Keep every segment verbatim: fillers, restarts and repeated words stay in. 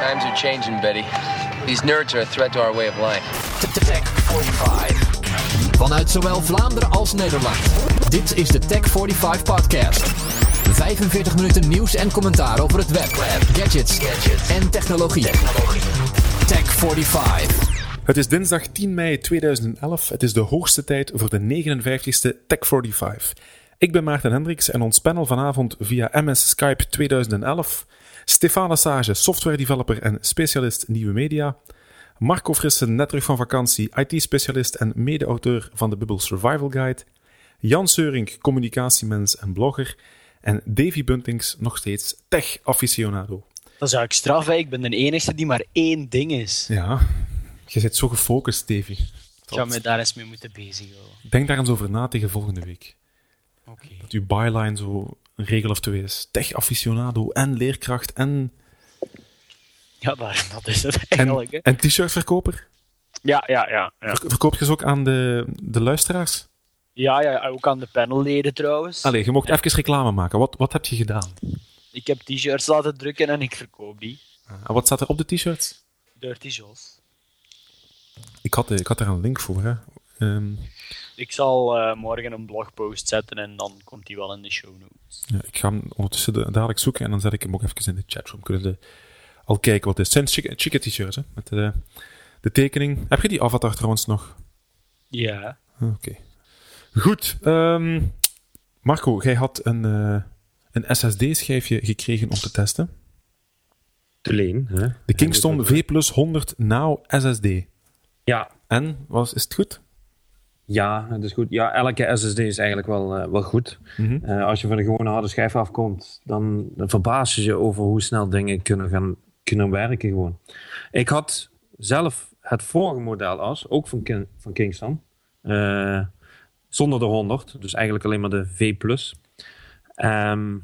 Times are changing, Betty. These nerds are a threat to our way of life. Tech vijfenveertig. Vanuit zowel Vlaanderen als Nederland. Dit is de Tech vijfenveertig podcast. vijfenveertig minuten nieuws en commentaar over het web, gadgets, gadgets en technologie. technologie. Tech vijfenveertig. Het is dinsdag tien mei tweeduizend elf. Het is de hoogste tijd voor de negenenvijftigste Tech vijfenveertig. Ik ben Maarten Hendricks en ons panel vanavond via M S Skype tweeduizend elf. Stefan Sage, software developer en specialist nieuwe media. Marco Frissen, net terug van vakantie, I T-specialist en mede-auteur van de Bubble Survival Guide. Jan Seurink, communicatiemens en blogger. En Davy Buntings, nog steeds tech-aficionado. Dat zou ik straffen, ik ben de enige die maar één ding is. Ja, je zit zo gefocust, Davy. Ik ga me daar eens mee moeten bezighouden. Denk daar eens over na tegen volgende week. Oké. Dat uw byline zo een regel of twee is. Tech-aficionado en leerkracht en... Ja, daar, dat is het eigenlijk. En, hè. en t-shirtverkoper? Ja, ja, ja. ja. Ver- Verkoop je ze ook aan de, de luisteraars? Ja, ja, ook aan de panelleden trouwens. Allee, je mocht even reclame maken. Wat, wat heb je gedaan? Ik heb t-shirts laten drukken en ik verkoop die. En wat staat er op de t-shirts? Dirty Jos. Ik had, ik had er een link voor, hè. Um, Ik zal uh, morgen een blogpost zetten en dan komt die wel in de show notes. ja, ik ga hem ondertussen de, dadelijk zoeken en dan zet ik hem ook even in de chatroom. Kunnen ze al kijken wat het is. Het zijn chique, chique t-shirts, hè. Met de, de tekening. Heb je die avatar trouwens nog? Ja. Oké. Okay. Goed. Um, Marco, jij had een, uh, een S S D-schijfje gekregen om te testen. Te leen, hè? De Kingston V plus honderd Nao S S D. Ja. En, was, is het goed? Ja, het is goed. Ja, elke S S D is eigenlijk wel, uh, wel goed. Mm-hmm. Uh, als je van de gewone harde schijf afkomt, dan, dan verbaas je je over hoe snel dingen kunnen gaan kunnen werken gewoon. Ik had zelf het vorige model als, ook van, Kin- van Kingston, uh, zonder de honderd, dus eigenlijk alleen maar de V plus. Um,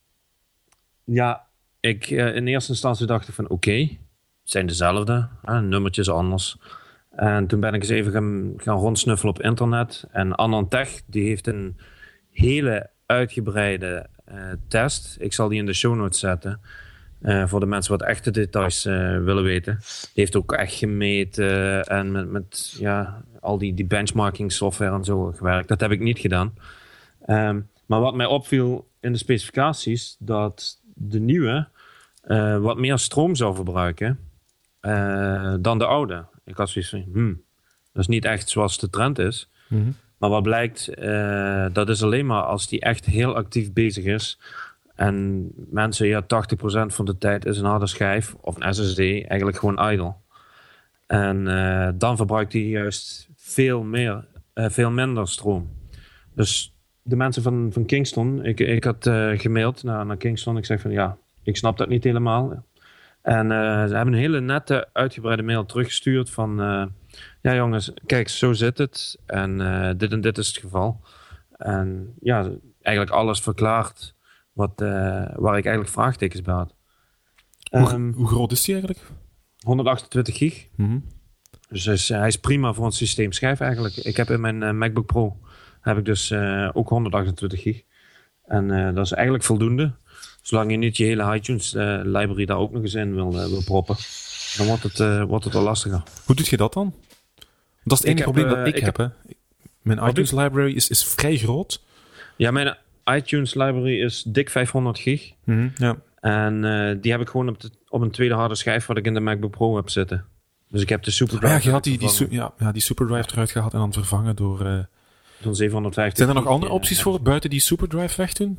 ja, ik uh, in eerste instantie dacht ik van oké, okay, het zijn dezelfde, uh, nummertjes anders. En toen ben ik eens even gaan, gaan rondsnuffelen op internet. En AnandTech, die heeft een hele uitgebreide uh, test. Ik zal die in de show notes zetten. Uh, voor de mensen wat echte details uh, willen weten. Die heeft ook echt gemeten uh, en met, met ja, al die, die benchmarking software en zo gewerkt. Dat heb ik niet gedaan. Um, maar wat mij opviel in de specificaties, dat de nieuwe uh, wat meer stroom zou verbruiken uh, dan de oude. Ik had zoiets van, hmm, dat is niet echt zoals de trend is. Mm-hmm. Maar wat blijkt, uh, dat is alleen maar als die echt heel actief bezig is. En mensen, ja, tachtig procent van de tijd is een harde schijf of een S S D eigenlijk gewoon idle. En uh, dan verbruikt die juist veel meer, uh, veel minder stroom. Dus de mensen van, van Kingston, ik, ik had uh, gemaild naar, naar Kingston. Ik zeg van, ja, ik snap dat niet helemaal. En uh, ze hebben een hele nette, uitgebreide mail teruggestuurd van... Uh, ja jongens, kijk, zo zit het. En uh, dit en dit is het geval. En ja, eigenlijk alles verklaard wat, uh, waar ik eigenlijk vraagtekens bij had. Hoe, Um, hoe groot is die eigenlijk? honderdachtentwintig gig. Mm-hmm. Dus hij is, hij is prima voor een systeemschijf eigenlijk. Ik heb in mijn uh, MacBook Pro heb ik dus uh, ook honderdachtentwintig gig. En uh, dat is eigenlijk voldoende. Zolang je niet je hele iTunes uh, library daar ook nog eens in wil, uh, wil proppen, dan wordt het, uh, wordt het wel lastiger. Hoe doe je dat dan? Want dat is het enige heb, probleem uh, dat ik, ik heb. heb- Hè. Mijn iTunes library is, is vrij groot. Ja, mijn iTunes library is dik vijfhonderd gig. Mm-hmm. Ja. En uh, die heb ik gewoon op, de, op een tweede harde schijf wat ik in de MacBook Pro heb zitten. Dus ik heb de SuperDrive Ah, ja, je had die, die, vervangen su- ja, ja, die SuperDrive eruit gehaald en dan vervangen door... Uh... van zevenhonderdvijftig. Zijn er nog gig, andere uh, opties voor buiten die SuperDrive wegdoen?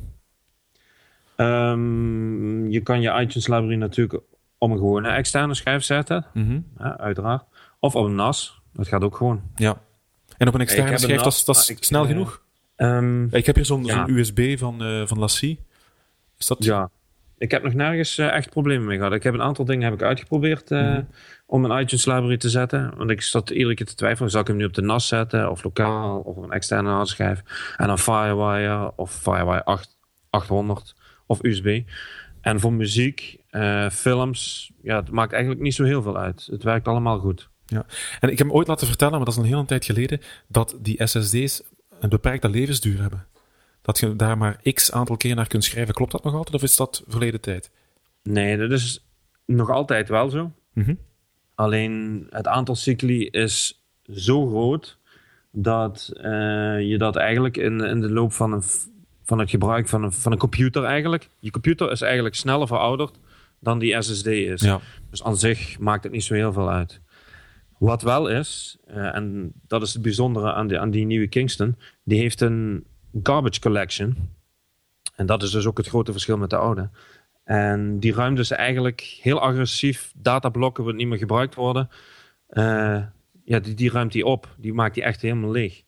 Um, je kan je iTunes library natuurlijk op een gewone externe schijf zetten. Mm-hmm. Ja, uiteraard. Of op een N A S. Dat gaat ook gewoon. Ja. En op een Ik externe heb een schijf, dat is, NAS, dat is maar ik, snel uh, genoeg? Um, Ja, ik heb hier zo'n, ja. zo'n U S B van, uh, van Lassie. Is dat... ja. Ik heb nog nergens uh, echt problemen mee gehad. Ik heb een aantal dingen heb ik uitgeprobeerd uh, Mm-hmm. om een iTunes library te zetten. Want ik zat iedere keer te twijfelen. Zal ik hem nu op de N A S zetten? Of lokaal? Of een externe hardschijf? En dan Firewire of Firewire acht, achthonderd of U S B. En voor muziek, uh, films, ja, het maakt eigenlijk niet zo heel veel uit. Het werkt allemaal goed. Ja. En ik heb me ooit laten vertellen, maar dat is een hele tijd geleden, dat die S S D's een beperkte levensduur hebben. Dat je daar maar x aantal keer naar kunt schrijven. Klopt dat nog altijd, of is dat verleden tijd? Nee, dat is nog altijd wel zo. Mm-hmm. Alleen het aantal cycli is zo groot dat uh, je dat eigenlijk in, in de loop van, een, van het gebruik van een, van een computer eigenlijk... Je computer is eigenlijk sneller verouderd dan die S S D is. Ja. Dus aan zich maakt het niet zo heel veel uit. Wat wel is, uh, en dat is het bijzondere aan, de, aan die nieuwe Kingston, die heeft een garbage collection. En dat is dus ook het grote verschil met de oude. En die ruimt dus eigenlijk heel agressief datablokken wat niet meer gebruikt worden. Uh, ja, die, die ruimt die op. Die maakt die echt helemaal leeg.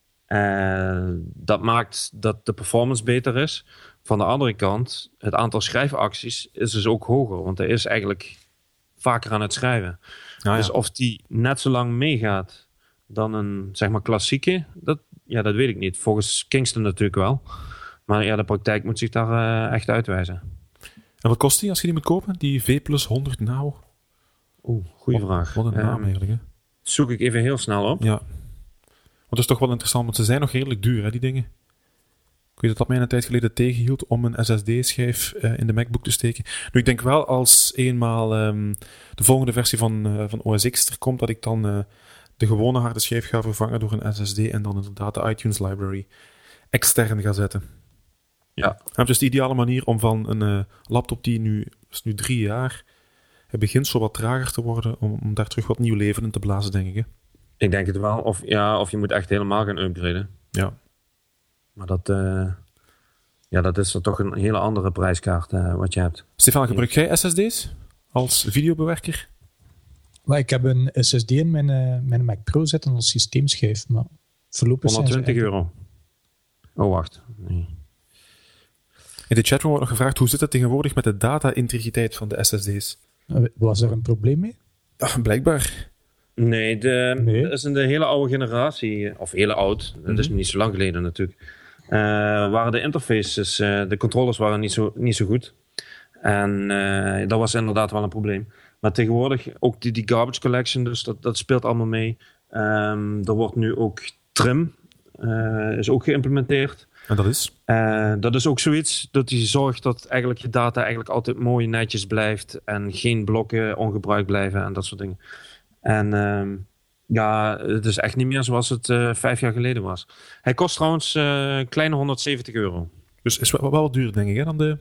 Uh, dat maakt dat de performance beter is. Van de andere kant, het aantal schrijfacties is dus ook hoger. Want hij is eigenlijk vaker aan het schrijven. Ah, ja. Dus of die net zo lang meegaat dan een, zeg maar, klassieke, dat, ja, dat weet ik niet. Volgens Kingston natuurlijk wel. Maar ja, de praktijk moet zich daar uh, echt uitwijzen. En wat kost die als je die moet kopen? Die V plus honderd nou? Oeh, goede vraag. Wat een naam um, eigenlijk, hè? Zoek ik even heel snel op. Ja. Want dat is toch wel interessant, want ze zijn nog redelijk duur, hè, die dingen. Ik weet dat dat mij een tijd geleden tegenhield om een S S D-schijf uh, in de MacBook te steken. Nu, ik denk wel als eenmaal um, de volgende versie van, uh, van O S X er komt, dat ik dan uh, de gewone harde schijf ga vervangen door een S S D en dan inderdaad de iTunes library extern ga zetten. Ja. En het is de ideale manier om van een uh, laptop die nu, is nu drie jaar, het begint zo wat trager te worden, om, om daar terug wat nieuw leven in te blazen, denk ik. Hè? Ik denk het wel. Of, ja, of je moet echt helemaal gaan upgraden. Ja. Maar dat, uh, ja, dat is er toch een hele andere prijskaart uh, wat je hebt. Stefan, gebruik jij S S D's als videobewerker? Maar ik heb een S S D in mijn, uh, mijn Mac Pro zitten als systeemschijf, maar voorlopig honderdtwintig euro. Oh, wacht. Nee. In de chatroom wordt nog gevraagd, hoe zit het tegenwoordig met de data-integriteit van de S S D's? Was er een probleem mee? Ah, blijkbaar. Nee, de, nee, dat is een de hele oude generatie, of hele oud, dat mm-hmm. is niet zo lang geleden natuurlijk, uh, waren de interfaces, uh, de controllers waren niet zo, niet zo goed. En uh, dat was inderdaad wel een probleem. Maar tegenwoordig, ook die, die garbage collection, dus dat, dat speelt allemaal mee. Um, er wordt nu ook trim, uh, is ook geïmplementeerd. En dat is? Uh, dat is ook zoiets dat je zorgt dat eigenlijk je data eigenlijk altijd mooi netjes blijft en geen blokken ongebruikt blijven en dat soort dingen. En um, ja, het is echt niet meer zoals het uh, vijf jaar geleden was. Hij kost trouwens uh, kleine honderdzeventig euro. Dus is wel, wel duur, denk ik, hè, dan de,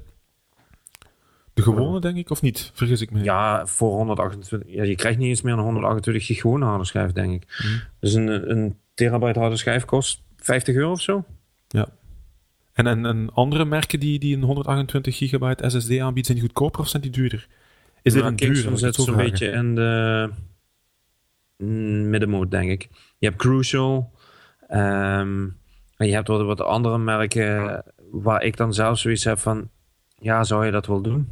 de gewone, denk ik, of niet? Vergis ik me. Ja, voor honderdachtentwintig. Ja, je krijgt niet eens meer een honderdachtentwintig gig gewone harde schijf, denk ik. Mm. Dus een, een terabyte harde schijf kost vijftig euro of zo. Ja. En, en, en andere merken die, die een honderdachtentwintig gigabyte S S D aanbieden, zijn die goedkoper of zijn die duurder? Is dit nou, een Kingston duur? zit zo'n beetje in de middenmoot, denk ik. Je hebt Crucial. Um, en je hebt wat, wat andere merken waar ik dan zelf zoiets heb van, ja, zou je dat wel doen?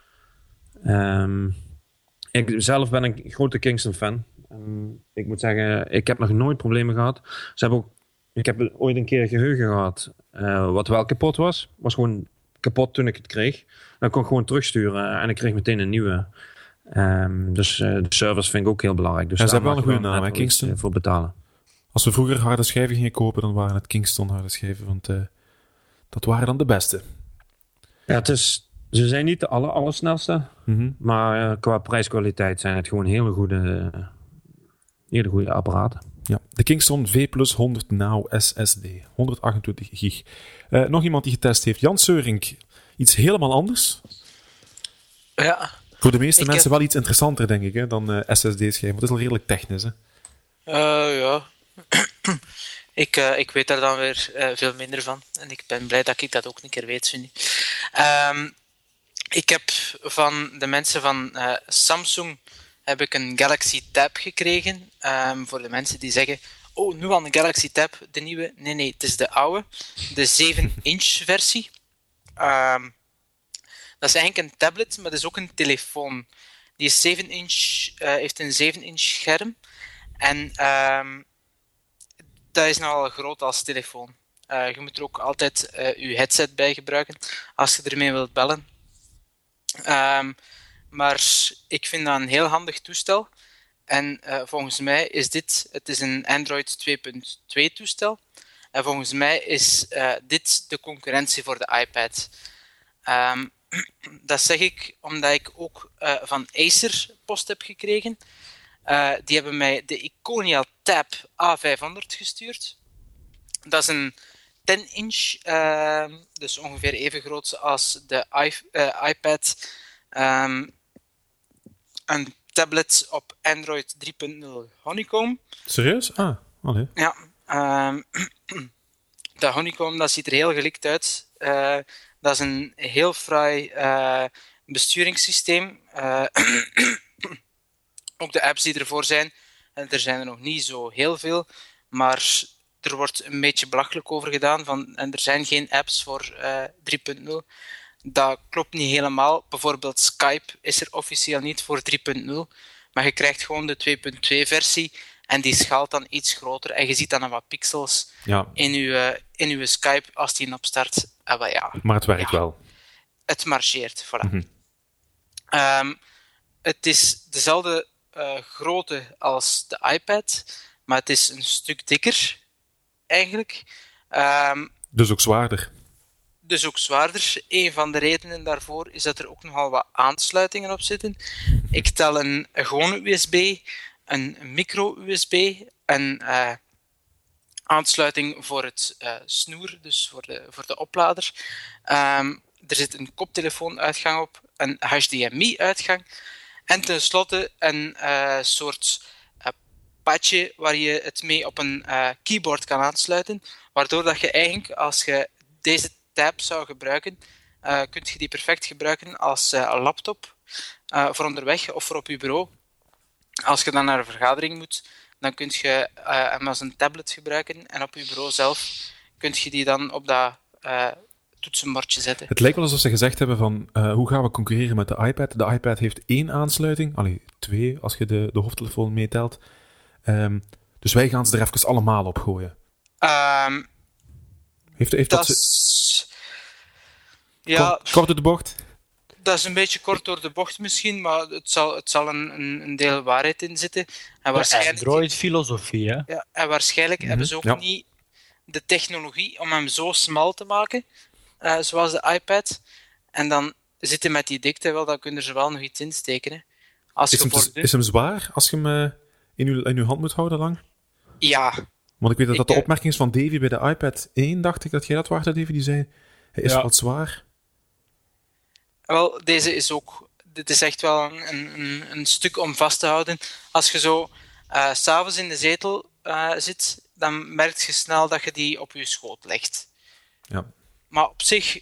Um, ik zelf ben een grote Kingston fan. Um, ik moet zeggen, ik heb nog nooit problemen gehad. Ze hebben ook, ik heb ooit een keer geheugen gehad, uh, wat wel kapot was. Was gewoon kapot toen ik het kreeg. Dan kon ik gewoon terugsturen en ik kreeg meteen een nieuwe. Um, dus uh, de service vind ik ook heel belangrijk. Dus ja, ze hebben wel een goede naam, hè, Kingston. Voor betalen. Als we vroeger harde schijven gingen kopen, dan waren het Kingston harde schijven, want uh, dat waren dan de beste. Ja, het is, ze zijn niet de aller, allersnelste, mm-hmm. maar uh, qua prijskwaliteit zijn het gewoon hele goede, uh, hele goede apparaten. Ja, de Kingston V plus honderd Now S S D, honderdachtentwintig gig. Uh, nog iemand die getest heeft, Jan Seurink. Iets helemaal anders. Ja. Voor de meeste mensen heb... wel iets interessanter, denk ik, hè, dan uh, S S D-schijf. Want het is al redelijk technisch, hè? Uh, ja. ik, uh, ik weet daar dan weer uh, veel minder van. En ik ben blij dat ik dat ook een keer weet, Sunny. Um, ik heb van de mensen van uh, Samsung heb ik een Galaxy Tab gekregen. Um, voor de mensen die zeggen, oh, nu al een Galaxy Tab, de nieuwe. Nee, nee, het is de oude. De zeven inch versie. Um, dat is eigenlijk een tablet, maar dat is ook een telefoon. Die is zeven inch, uh, heeft een zeven inch scherm. En um, dat is nogal groot als telefoon. Uh, je moet er ook altijd uh, je headset bij gebruiken als je ermee wilt bellen. Um, maar ik vind dat een heel handig toestel. En uh, volgens mij is dit, het is een Android twee punt twee toestel. En volgens mij is uh, dit de concurrentie voor de iPad. Um, dat zeg ik omdat ik ook uh, van Acer post heb gekregen. Uh, die hebben mij de Iconia Tab A vijfhonderd gestuurd. Dat is een tien inch, uh, dus ongeveer even groot als de iP- uh, iPad. Um, een tablet op Android drie punt nul Honeycomb. Serieus? Ah, allee. Ja. Um, dat Honeycomb, dat ziet er heel gelikt uit. Uh, dat is een heel fraai uh, besturingssysteem. Uh, ook de apps die ervoor zijn, en er zijn er nog niet zo heel veel, maar er wordt een beetje belachelijk over gedaan, van, en er zijn geen apps voor uh, drie punt nul. Dat klopt niet helemaal. Bijvoorbeeld Skype is er officieel niet voor drie punt nul, maar je krijgt gewoon de twee punt twee versie en die schaalt dan iets groter en je ziet dan wat pixels Ja. in je, in uw Skype als die opstart. Ah, maar, ja. Maar het werkt Ja. wel. Het marcheert, voilà. Mhm. Um, het is dezelfde uh, grootte als de iPad, maar het is een stuk dikker, eigenlijk. Um, Dus ook zwaarder. dus ook zwaarder. Een van de redenen daarvoor is dat er ook nogal wat aansluitingen op zitten. Ik tel een, een gewone U S B, een micro-U S B, een uh, aansluiting voor het uh, snoer, dus voor de, voor de oplader. Um, er zit een koptelefoonuitgang op, een H D M I-uitgang en tenslotte een uh, soort uh, padje waar je het mee op een uh, keyboard kan aansluiten, waardoor dat je eigenlijk, als je deze tab zou gebruiken, uh, kun je die perfect gebruiken als uh, laptop uh, voor onderweg of voor op je bureau. Als je dan naar een vergadering moet, dan kun je uh, hem als een tablet gebruiken en op je bureau zelf kun je die dan op dat uh, toetsenbordje zetten. Het lijkt wel alsof ze gezegd hebben van uh, hoe gaan we concurreren met de iPad. De iPad heeft één aansluiting, allee, twee als je de, de hoofdtelefoon meetelt. Um, dus wij gaan ze er even allemaal op gooien. Um, heeft, heeft dat dat is... Ja, kort, kort door de bocht? Dat is een beetje kort door de bocht misschien, maar het zal, het zal een, een, een deel waarheid in zitten. En waarschijnlijk, Android-filosofie, hè? ja, en waarschijnlijk Mm-hmm. hebben ze ook Ja. niet de technologie om hem zo smal te maken, uh, zoals de iPad. En dan zitten met die dikte wel, dan kunnen ze wel nog iets insteken. Hè. Als Is je hem, voor te- de- is hem zwaar als je hem uh, in, je, in je hand moet houden lang? Ja, Want ik weet dat dat Ik, de uh, opmerking is van Davy bij de iPad één, dacht ik dat jij dat was, Davy, die zei, hij is Ja. wat zwaar. wel, deze is ook... Dit is echt wel een, een, een stuk om vast te houden. Als je zo uh, 's avonds in de zetel uh, zit, dan merk je snel dat je die op je schoot legt. Ja. Maar op zich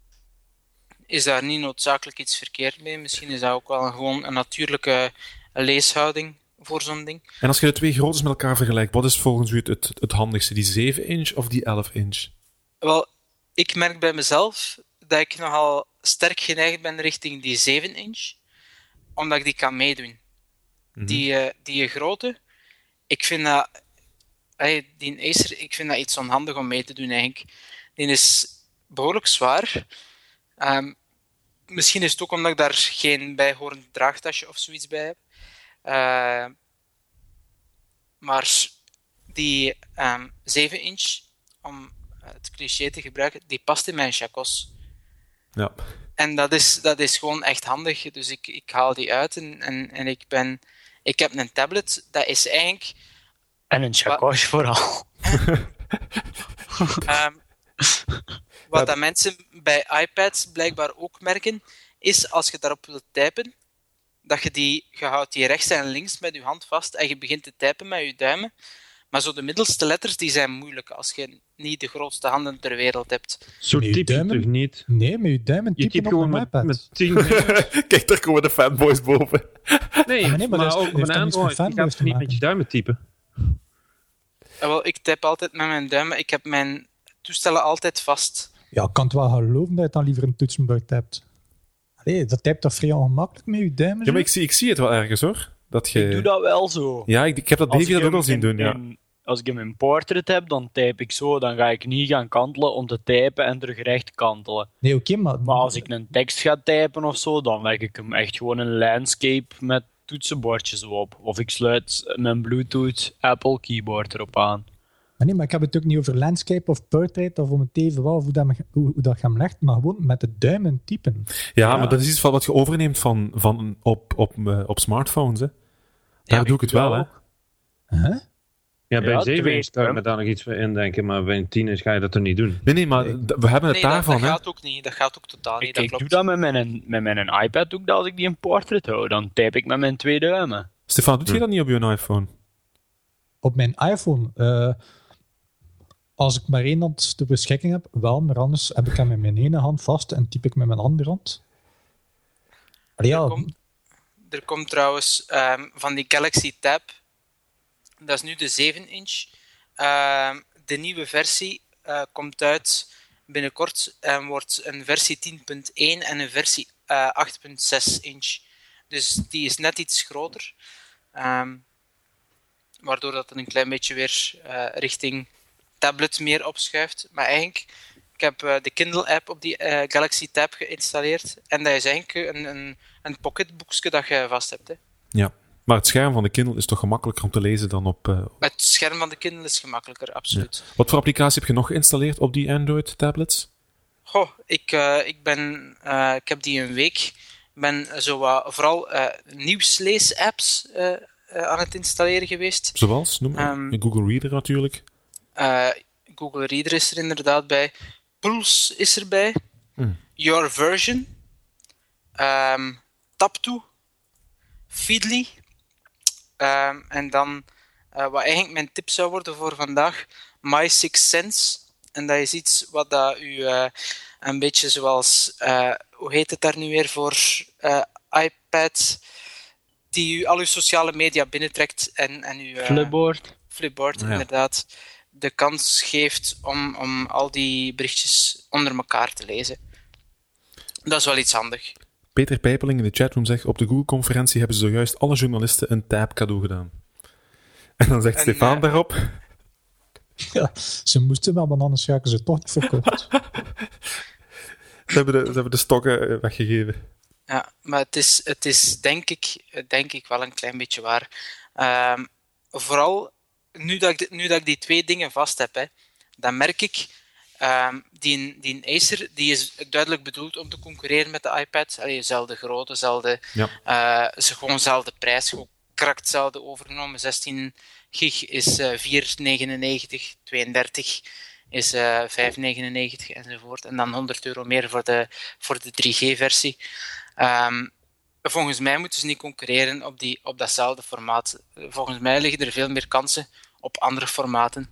is daar niet noodzakelijk iets verkeerd mee. Misschien is dat ook wel een, gewoon een natuurlijke leeshouding voor zo'n ding. En als je de twee groottes met elkaar vergelijkt, wat is volgens u het, het, het handigste? Die zeven inch of die elf inch? Wel, ik merk bij mezelf dat ik nogal sterk geneigd ben richting die zeven inch, omdat ik die kan meedoen. Mhm. Die, uh, die grote, ik vind dat... Hey, die Acer, ik vind dat iets onhandig om mee te doen, eigenlijk. Die is behoorlijk zwaar. Um, misschien is het ook omdat ik daar geen bijhorend draagtasje of zoiets bij heb. Uh, maar die um, zeven inch, om het cliché te gebruiken, die past in mijn chacos. Ja. En dat is, dat is gewoon echt handig. Dus ik, ik haal die uit en, en, en ik ben... Ik heb een tablet, dat is eigenlijk... En een chakos vooral. Um, wat dat mensen bij iPads blijkbaar ook merken, is als je daarop wilt typen, dat je die, je houdt die rechts en links met je hand vast en je begint te typen met je duimen. Maar zo de middelste letters, die zijn moeilijk als je niet de grootste handen ter wereld hebt. Zo Nee, typ je duimen? toch niet? Nee, met je duimen Je typen typt op gewoon een met, iPad. met tien vingers. Kijk, daar komen de fanboys boven. Nee, Ah, nee, maar maar, dat is- ook op heeft een dan niets met Android. Je fanboys gaat te niet maken. met je duimen typen. En wel, ik typ altijd met mijn duimen. Ik heb mijn toestellen altijd vast. Ja, ik kan het wel geloven dat je dan liever een toetsenbord hebt. Allee, dat typt toch vrij ongemakkelijk met je duimen? Ja, zo? maar ik zie, ik zie het wel ergens, hoor. Dat je... Ik doe dat wel zo. Ja, ik, ik heb dat Als Davy ik dat ook hem al zien in- doen, ja. in- Als ik hem in portrait heb, dan typ ik zo. Dan ga ik niet gaan kantelen om te typen en terug recht kantelen. Nee, oké, maar... Maar als ik een tekst ga typen of zo, dan leg ik hem echt gewoon een landscape met toetsenbordjes op. Of ik sluit mijn Bluetooth Apple keyboard erop aan. Maar nee, maar ik heb het ook niet over landscape of portrait of om het even wel, of hoe dat, me- hoe, hoe dat je hem legt, maar gewoon met de duimen typen. Ja, maar dat is iets van wat je overneemt van, van op, op, uh, op smartphones. Hè. Daar Ja, doe ik het wel, hè. Huh? Ja, bij Ja, een zeven twee, inch kan ik hè. me daar nog iets voor indenken, maar bij een tien inch ga je dat er niet doen. Nee, nee, maar d- we hebben het Nee, dat, daarvan, dat hè. gaat ook niet. Dat gaat ook totaal niet. Ik, Dat ik klopt. doe dat met mijn, met mijn iPad ook, dat als ik die een portrait hou. Dan type ik met mijn twee duimen. Stefan, doet je dat niet op je iPhone? Op mijn iPhone, eh, als ik maar één hand ter beschikking heb, wel, maar anders heb ik hem met mijn ene hand vast en typ ik met mijn andere hand. Allee, ja, Er komt, er komt trouwens ehm, van die Galaxy Tab, dat is nu de zeven inch. Ehm, de nieuwe versie eh, komt uit binnenkort en wordt een versie tien punt één en een versie eh, acht punt zes inch. Dus die is net iets groter. Ehm, waardoor dat een klein beetje weer eh, richting tablet meer opschuift. Maar eigenlijk, ik heb eh, de Kindle-app op die eh, Galaxy Tab geïnstalleerd. En dat is eigenlijk een, een, een pocketboekje dat je vast hebt. Hè. Ja. Maar het scherm van de Kindle is toch gemakkelijker om te lezen dan op... Uh... Het scherm van de Kindle is gemakkelijker, absoluut. Ja. Wat voor applicatie heb je nog geïnstalleerd op die Android-tablets? Goh, ik, uh, ik, ben, uh, ik heb die een week... Ik ben zo wat, vooral uh, nieuwslees-apps uh, uh, aan het installeren geweest. Zoals? Noem maar. Um, Google Reader natuurlijk. Uh, Google Reader is er inderdaad bij. Pulse is erbij. Hmm. Your Version. Um, Tapto. Feedly. Um, en dan, uh, wat eigenlijk mijn tip zou worden voor vandaag, My Six Sense. En dat is iets wat dat u uh, een beetje zoals, uh, hoe heet het daar nu weer voor uh, iPad, die u al uw sociale media binnentrekt en, en u... Uh, Flipboard. Flipboard, ja. inderdaad. De kans geeft om, om al die berichtjes onder elkaar te lezen. Dat is wel iets handig. Peter Pijpeling in de chatroom zegt, op de Google-conferentie hebben ze zojuist alle journalisten een tab cadeau gedaan. En dan zegt en, Stefan uh, daarop... Ja, ze moesten wel, want anders raken ze toch niet verkocht. ze, hebben de, ze hebben de stokken weggegeven. Ja, maar het is, het is denk, ik, denk ik wel een klein beetje waar. Um, vooral nu dat, ik, nu dat ik die twee dingen vast heb, hè, dan merk ik... Um, die, die Acer die is duidelijk bedoeld om te concurreren met de iPad. Allee, dezelfde grootte, dezelfde, ja. uh, gewoon dezelfde prijs, gewoon krakt hetzelfde overgenomen. zestien gig is uh, vier negenennegentig, tweeëndertig is uh, vijf negenennegentig enzovoort. En dan honderd euro meer voor de, voor de drie G-versie. Um, volgens mij moeten ze niet concurreren op, die, op datzelfde formaat. Volgens mij liggen er veel meer kansen op andere formaten.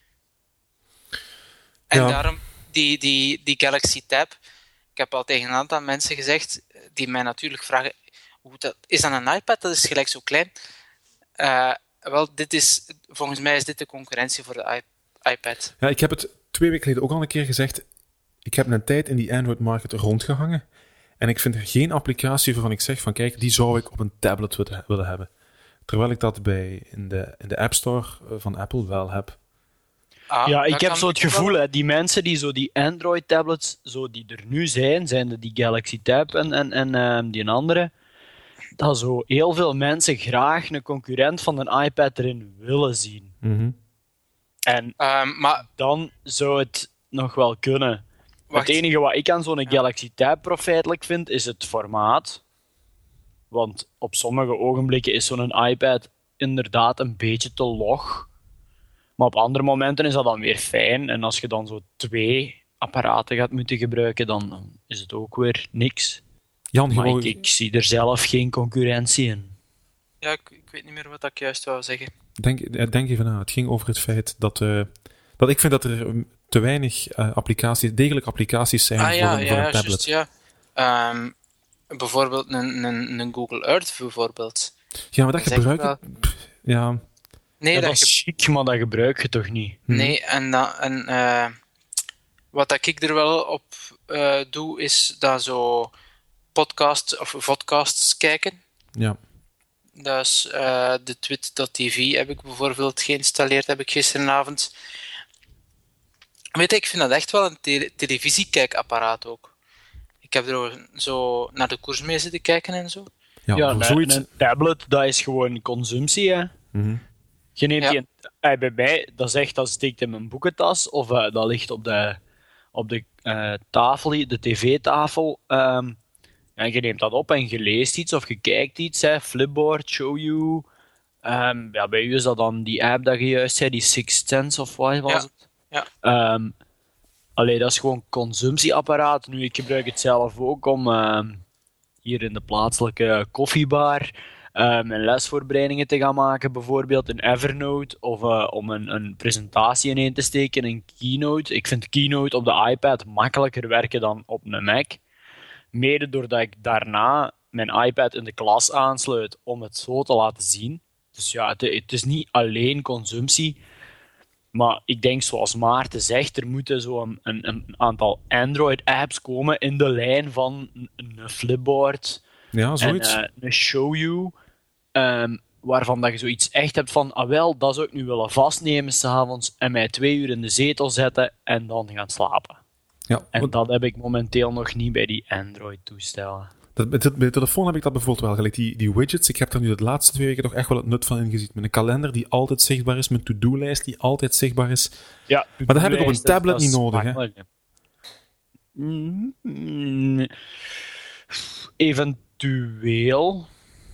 En ja. daarom, die, die, die Galaxy Tab, ik heb al tegen een aantal mensen gezegd, die mij natuurlijk vragen, hoe dat, is dat een iPad? Dat is gelijk zo klein. Uh, wel, dit is, volgens mij is dit de concurrentie voor de I- iPad. Ja, ik heb het twee weken geleden ook al een keer gezegd. Ik heb een tijd in die Android-market rondgehangen. En ik vind er geen applicatie waarvan ik zeg van, kijk, die zou ik op een tablet willen, willen hebben. Terwijl ik dat bij, in, de, in de App Store van Apple wel heb. Ah, ja, ik heb zo het gevoel, wel... hè, die mensen die zo die Android-tablets, zo die er nu zijn, zijn de die Galaxy Tab en, en, en um, die andere, dat zo heel veel mensen graag een concurrent van een iPad erin willen zien. Mm-hmm. En um, maar... dan zou het nog wel kunnen. Wacht. Het enige wat ik aan zo'n ja. Galaxy Tab profijtelijk vind, is het formaat. Want op sommige ogenblikken is zo'n iPad inderdaad een beetje te log. Maar op andere momenten is dat dan weer fijn. En als je dan zo twee apparaten gaat moeten gebruiken, dan is het ook weer niks. Jan, maar gewoon... ik, ik zie er zelf geen concurrentie in. Ja, ik, ik weet niet meer wat ik juist wou zeggen. Denk, denk even na. Het ging over het feit dat... Uh, dat ik vind dat er te weinig uh, applicaties, degelijke applicaties zijn ah, voor, ja, een, ja, voor een tablet. Just, ja. Um, bijvoorbeeld een, een, een Google Earth, bijvoorbeeld. Ja, maar dat, dat gebruik ik... Ja... Nee, ja, dat, dat is chic, maar dat gebruik je toch niet? Nee, en, dat, en uh, wat dat ik er wel op uh, doe, is dat zo podcasts of vodcasts kijken. Ja. Dus uh, de twit dot t v heb ik bijvoorbeeld geïnstalleerd, heb ik gisteravond. Weet je, ik vind dat echt wel een te- televisiekijkapparaat ook. Ik heb er zo naar de koers mee zitten kijken en zo. Ja, ja een, zoiets... een tablet, dat is gewoon consumptie, hè. Mm-hmm. Je neemt, ja. die, Hey, bij mij, dat is echt, dat steekt in mijn boekentas of uh, dat ligt op de, op de uh, tafel, de tv-tafel. Um, en je neemt dat op en je leest iets of je kijkt iets, hè, Flipboard, Show You. Um, ja, bij u is dat dan die app dat je juist zei, die Sixth Sense of wat was ja. het? Ja. Um, allee, dat is gewoon consumptieapparaat. Nu, ik gebruik het zelf ook om uh, hier in de plaatselijke koffiebar uh, mijn lesvoorbereidingen te gaan maken, bijvoorbeeld in Evernote, of uh, om een, een presentatie ineen te steken in Keynote. Ik vind Keynote op de iPad makkelijker werken dan op een Mac. Mede doordat ik daarna mijn iPad in de klas aansluit om het zo te laten zien. Dus ja, het, het is niet alleen consumptie. Maar ik denk, zoals Maarten zegt, er moeten zo'n een, een aantal Android-apps komen in de lijn van een, een Flipboard Ja, zoiets. en uh, een Show You, um, waarvan dat je zoiets echt hebt van, ah wel, dat zou ik nu willen vastnemen s'avonds en mij twee uur in de zetel zetten en dan gaan slapen. Ja, En want dat heb ik momenteel nog niet bij die Android-toestellen. dat, met, de, met de telefoon heb ik dat bijvoorbeeld wel gelijk. Die, die widgets, ik heb er nu de laatste twee weken toch echt wel het nut van ingezien. Met een kalender die altijd zichtbaar is, mijn to-do-lijst die altijd zichtbaar is. Ja, Maar dat heb ik op een tablet niet nodig, hè? Mm, eventueel.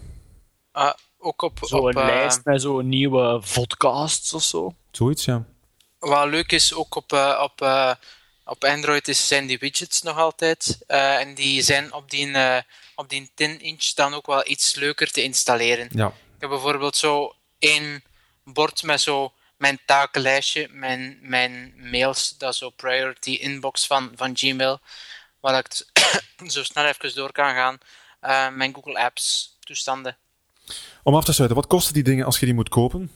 Uh, ook op... Zo'n op, uh, lijst met zo'n nieuwe podcasts of zo. Zoiets, ja. Wat leuk is, ook op, uh, op, uh, op Android is, zijn die widgets nog altijd. Uh, en die zijn op die, uh, op die tien inch dan ook wel iets leuker te installeren. Ja. Ik heb bijvoorbeeld zo één bord met zo mijn takenlijstje, mijn, mijn mails, dat is zo priority inbox van, van Gmail, waar ik t- zo snel even door kan gaan. Uh, mijn Google Apps toestanden. Om af te sluiten, wat kosten die dingen als je die moet kopen?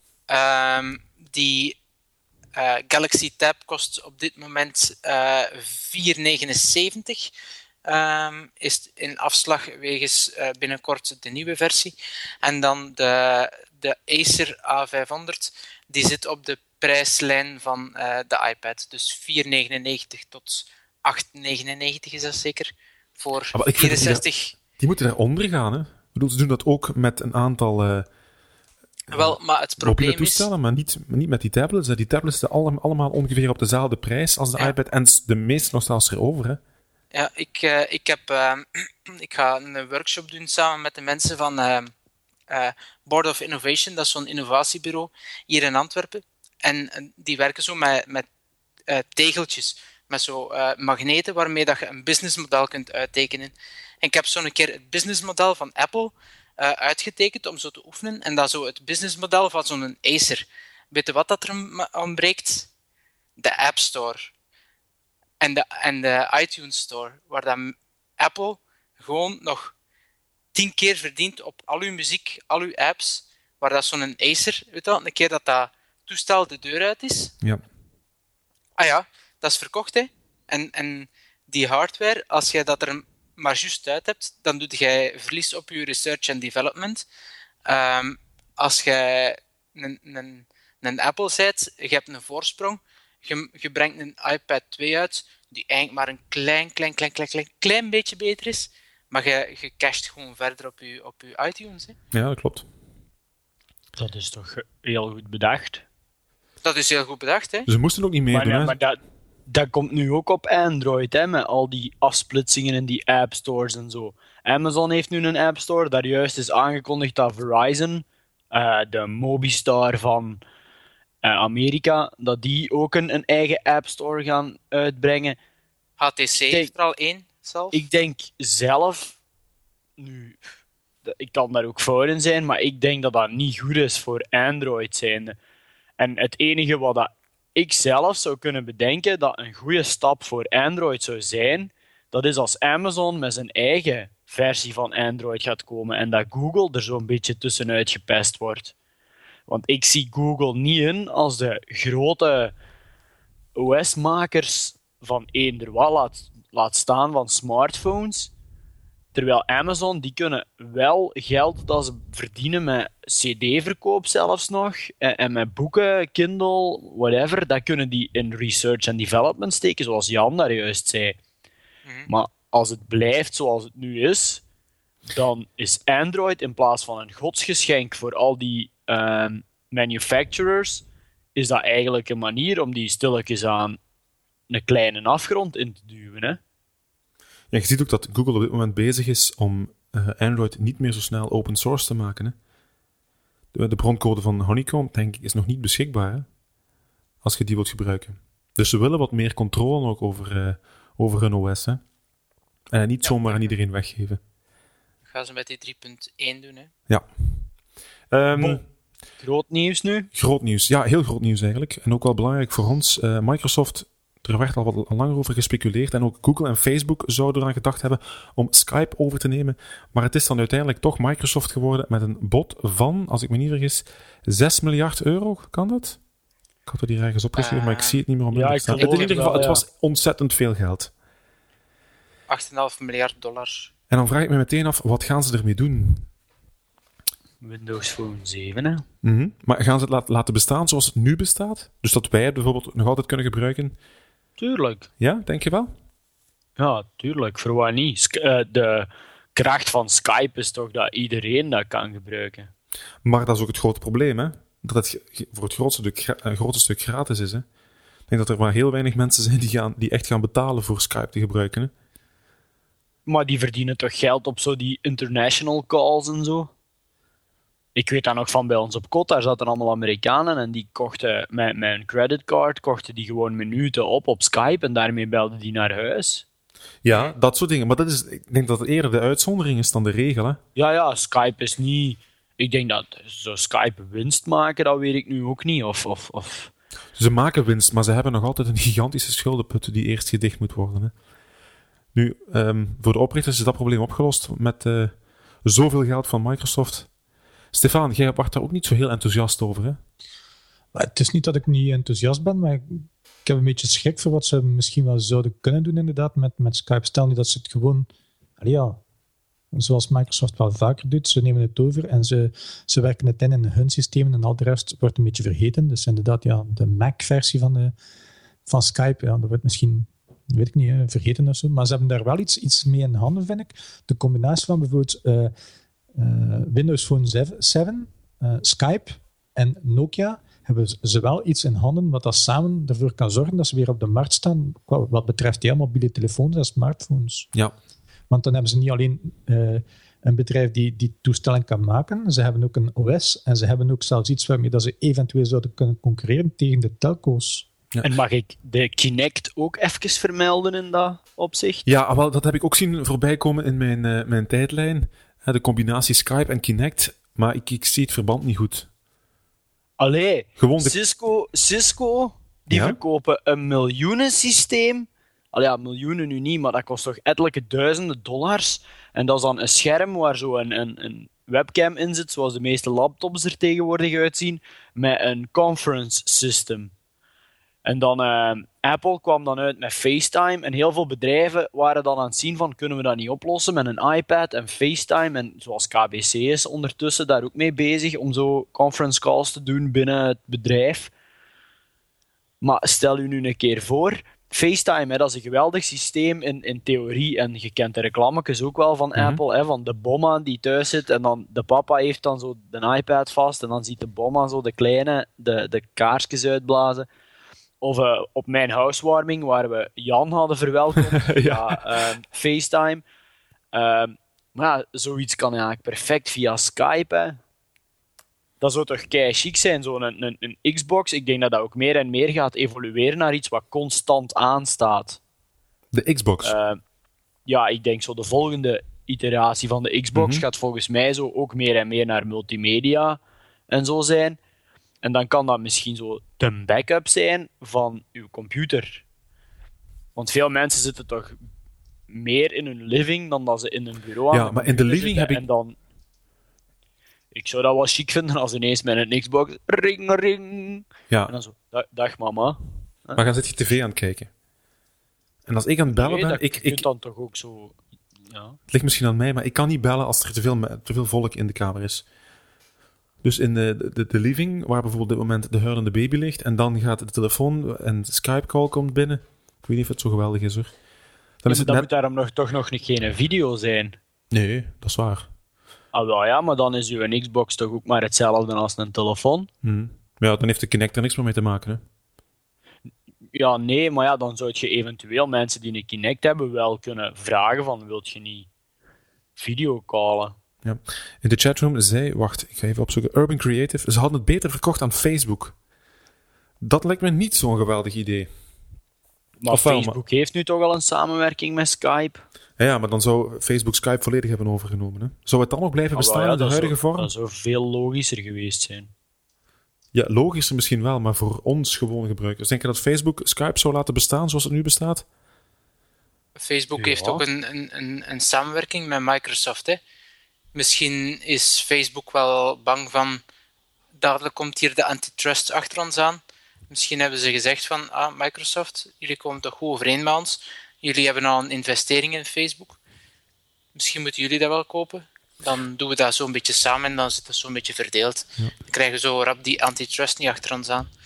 Um, die uh, Galaxy Tab kost op dit moment uh, vier negenenzeventig. Um, is in afslag wegens uh, binnenkort de nieuwe versie. En dan de, de Acer A vijfhonderd, die zit op de prijslijn van uh, de iPad. Dus vier negenennegentig tot acht negenennegentig is dat zeker. Voor Ah, maar ik vind dat die vierenzestig. Die moeten daaronder gaan, hè? Ik bedoel, ze doen dat ook met een aantal uh, Wel, maar het mobiele probleem is... toestellen, maar niet, niet met die tablets. Hè. Die tablets zitten allemaal, allemaal ongeveer op dezelfde prijs als de Ja. iPad. En de meeste nog zelfs erover, hè? Ja, ik, uh, ik, heb, uh, ik ga een workshop doen samen met de mensen van uh, uh, Board of Innovation, dat is zo'n innovatiebureau hier in Antwerpen. En uh, die werken zo met, met uh, tegeltjes, met zo uh, magneten waarmee dat je een businessmodel kunt uittekenen. En ik heb zo een keer het businessmodel van Apple uh, uitgetekend om zo te oefenen. En dat zo het businessmodel van zo'n Acer. Weet je wat dat er ontbreekt? De App Store. En de, en de iTunes Store, waar dan Apple gewoon nog tien keer verdient op al uw muziek, al uw apps, waar dat zo'n Acer, weet je wel, een keer dat dat toestel de deur uit is. Ja. Ah ja, dat is verkocht, hè. En, en die hardware, als jij dat er maar juist uit hebt, dan doe jij verlies op je research and development. Um, als jij een, een, een Apple bent, je hebt een voorsprong, je, je brengt een iPad twee uit, die eigenlijk maar een klein, klein, klein, klein, klein, klein beetje beter is, maar je, je casht gewoon verder op je, op je iTunes. Hè. Ja, dat klopt. Dat is toch heel goed bedacht. Dat is heel goed bedacht, hè? Ze moesten ook niet meer Maar, doen, ja, hè? maar dat, dat komt nu ook op Android, hè, met al die afsplitsingen in die app stores en zo. Amazon heeft nu een app store, daar juist is aangekondigd dat Verizon, uh, de Mobistar van uh, Amerika, dat die ook een, een eigen app store gaan uitbrengen. H T C heeft er al één zelf. Ik denk zelf, nu, ik kan daar ook voor in zijn, maar ik denk dat dat niet goed is voor Android zijnde. En het enige wat dat ik zelf zou kunnen bedenken dat een goede stap voor Android zou zijn, dat is als Amazon met zijn eigen versie van Android gaat komen en dat Google er zo'n beetje tussenuit gepest wordt. Want ik zie Google niet in als de grote O S-makers van eender wat laat, laat staan van smartphones. Terwijl Amazon, die kunnen wel geld dat ze verdienen met cd-verkoop zelfs nog, en, en met boeken, Kindle, whatever, dat kunnen die in research and development steken, zoals Jan daar juist zei. Mm-hmm. Maar als het blijft zoals het nu is, dan is Android in plaats van een godsgeschenk voor al die uh, manufacturers is dat eigenlijk een manier om die stilletjes aan een kleine afgrond in te duwen. Hè? Ja, je ziet ook dat Google op dit moment bezig is om uh, Android niet meer zo snel open source te maken. Hè? De, de broncode van Honeycomb, denk ik, is nog niet beschikbaar, hè? Als je die wilt gebruiken. Dus ze willen wat meer controle ook over, uh, over hun O S. Hè? En niet Ja. zomaar aan iedereen weggeven. Gaan ze met die drie punt één doen, hè? Ja. Um, Bon. Groot nieuws nu. Groot nieuws. Ja, heel groot nieuws eigenlijk. En ook wel belangrijk voor ons. Uh, Microsoft, er werd al wat langer over gespeculeerd. En ook Google en Facebook zouden eraan gedacht hebben om Skype over te nemen. Maar het is dan uiteindelijk toch Microsoft geworden met een bod van, als ik me niet vergis, zes miljard euro. Kan dat? Ik had het hier ergens opgeschreven, Uh, maar ik zie het niet meer op ja, mijn ik staan. geloof In ieder het geval, wel, het ja. was ontzettend veel geld. acht komma vijf miljard dollar. En dan vraag ik me meteen af, wat gaan ze ermee doen? Windows Phone zeven, hè. Mm-hmm. Maar gaan ze het laat, laten bestaan zoals het nu bestaat? Dus dat wij het bijvoorbeeld nog altijd kunnen gebruiken? Tuurlijk. Ja, denk je wel? Ja, tuurlijk. Voor wat niet? Sk- uh, de kracht van Skype is toch dat iedereen dat kan gebruiken. Maar dat is ook het grote probleem, hè? Dat het ge- voor het grootste stuk, gra- een grote stuk gratis is, hè? Ik denk dat er maar heel weinig mensen zijn die, gaan, die echt gaan betalen voor Skype te gebruiken, hè? Maar die verdienen toch geld op zo die international calls en zo? Ik weet dat nog van bij ons op kot, daar zaten allemaal Amerikanen en die kochten met, met een creditcard, kochten die gewoon minuten op op Skype en daarmee belden die naar huis. Ja, dat soort dingen. Maar dat is, ik denk dat het eerder de uitzondering is dan de regel, hè? Ja, ja, Skype is niet... Ik denk dat zo Skype winst maken, dat weet ik nu ook niet. Of, of, of... Ze maken winst, maar ze hebben nog altijd een gigantische schuldenput die eerst gedicht moet worden, hè? Nu, um, voor de oprichters is dat probleem opgelost met uh, zoveel geld van Microsoft. Stefan, jij wordt daar ook niet zo heel enthousiast over, hè? Maar het is niet dat ik niet enthousiast ben, maar ik, ik heb een beetje schrik voor wat ze misschien wel zouden kunnen doen inderdaad met, met Skype. Stel nu dat ze het gewoon... Allee, ja, zoals Microsoft wel vaker doet, ze nemen het over en ze, ze werken het in in hun systemen en al de rest wordt een beetje vergeten. Dus inderdaad, ja, de Mac-versie van, de, van Skype, ja, dat wordt misschien... weet ik niet, hè, vergeten of zo. Maar ze hebben daar wel iets, iets mee in handen, vind ik. De combinatie van bijvoorbeeld uh, uh, Windows Phone zeven, uh, Skype en Nokia hebben ze wel iets in handen wat dat samen ervoor kan zorgen dat ze weer op de markt staan wat betreft ja, mobiele telefoons en smartphones. Ja. Want dan hebben ze niet alleen uh, een bedrijf die die toestellen kan maken, ze hebben ook een O S en ze hebben ook zelfs iets waarmee dat ze eventueel zouden kunnen concurreren tegen de telco's. Ja. En mag ik de Kinect ook even vermelden in dat opzicht? Ja, wel, dat heb ik ook zien voorbij komen in mijn, uh, mijn tijdlijn. Uh, de combinatie Skype en Kinect. Maar ik, ik zie het verband niet goed. Allee, Gewoon de... Cisco, Cisco die Ja? verkopen een miljoenensysteem. Allee, ja, miljoenen nu niet, maar dat kost toch ettelijke duizenden dollars. En dat is dan een scherm waar zo een, een, een webcam in zit, zoals de meeste laptops er tegenwoordig uitzien, met een conference system. En dan, uh, Apple kwam dan uit met FaceTime en heel veel bedrijven waren dan aan het zien van, kunnen we dat niet oplossen met een iPad en FaceTime? En zoals K B C is ondertussen daar ook mee bezig om zo conference calls te doen binnen het bedrijf. Maar stel u nu een keer voor, FaceTime, hè, dat is een geweldig systeem in, in theorie en je kent de reclametjes ook wel van Mhm. Apple, hè, van de bomma die thuis zit en dan de papa heeft dan zo de iPad vast en dan ziet de bomma zo de kleine de, de kaarsjes uitblazen. Of uh, op mijn housewarming, waar we Jan hadden verwelkomd, Ja. via uh, FaceTime. Uh, maar ja, zoiets kan eigenlijk perfect via Skype. Hè. Dat zou toch kei chic zijn, zo'n een, een, een Xbox. Ik denk dat dat ook meer en meer gaat evolueren naar iets wat constant aanstaat. De Xbox. Uh, ja, ik denk zo de volgende iteratie van de Xbox Mhm. gaat volgens mij zo ook meer en meer naar multimedia en zo zijn. En dan kan dat misschien zo de backup zijn van uw computer. Want veel mensen zitten toch meer in hun living dan dat ze in hun bureau aan Ja, de maar in de computer living zitten. heb ik- En dan... Ik zou dat wel chic vinden als ineens met een Xbox... Ring, ring... ja, En dan zo... "Da- Dag, mama." maar dan zit je tv aan het kijken. En als ik aan het bellen Nee, ben... dat, ik, je kunt ik, dan toch ook zo... Ja. het ligt misschien aan mij, maar ik kan niet bellen als er te veel, me- te veel volk in de kamer is. Dus in de, de, de living, waar bijvoorbeeld op dit moment de huilende baby ligt, en dan gaat de telefoon en de Skype-call komt binnen. Ik weet niet of het zo geweldig is, hoor. Dan Dan, is het dan net... moet daarom nog, toch nog niet geen video zijn. Nee, dat is waar. Ah, wel ja, maar dan is uw Xbox toch ook maar hetzelfde als een telefoon? Hmm. Ja, dan heeft de Kinect er niks meer mee te maken. Hè? Ja, nee, maar ja, dan zou je eventueel mensen die een Kinect hebben wel kunnen vragen van, wilt je niet videocallen? Ja. In de chatroom zei, wacht, ik ga even opzoeken, Urban Creative, ze hadden het beter verkocht aan Facebook. Dat lijkt me niet zo'n geweldig idee. Maar Of wel, Facebook heeft nu toch al een samenwerking met Skype? Ja, ja, maar dan zou Facebook Skype volledig hebben overgenomen. Hè? Zou het dan nog blijven Ah, wel, bestaan ja, in de dat huidige zou, vorm? Dat zou veel logischer geweest zijn. Ja, logischer misschien wel, maar voor ons gewone gebruikers. Denk je dat Facebook Skype zou laten bestaan zoals het nu bestaat? Facebook Ja. heeft ook een, een, een, een samenwerking met Microsoft. Hè. Misschien is Facebook wel bang van, dadelijk komt hier de antitrust achter ons aan. Misschien hebben ze gezegd van, ah, Microsoft, jullie komen toch goed overeen met ons. Jullie hebben al een investering in Facebook. Misschien moeten jullie dat wel kopen. Dan doen we dat zo'n beetje samen en dan zit dat zo'n beetje verdeeld. Ja. Dan krijgen we zo rap die antitrust niet achter ons aan.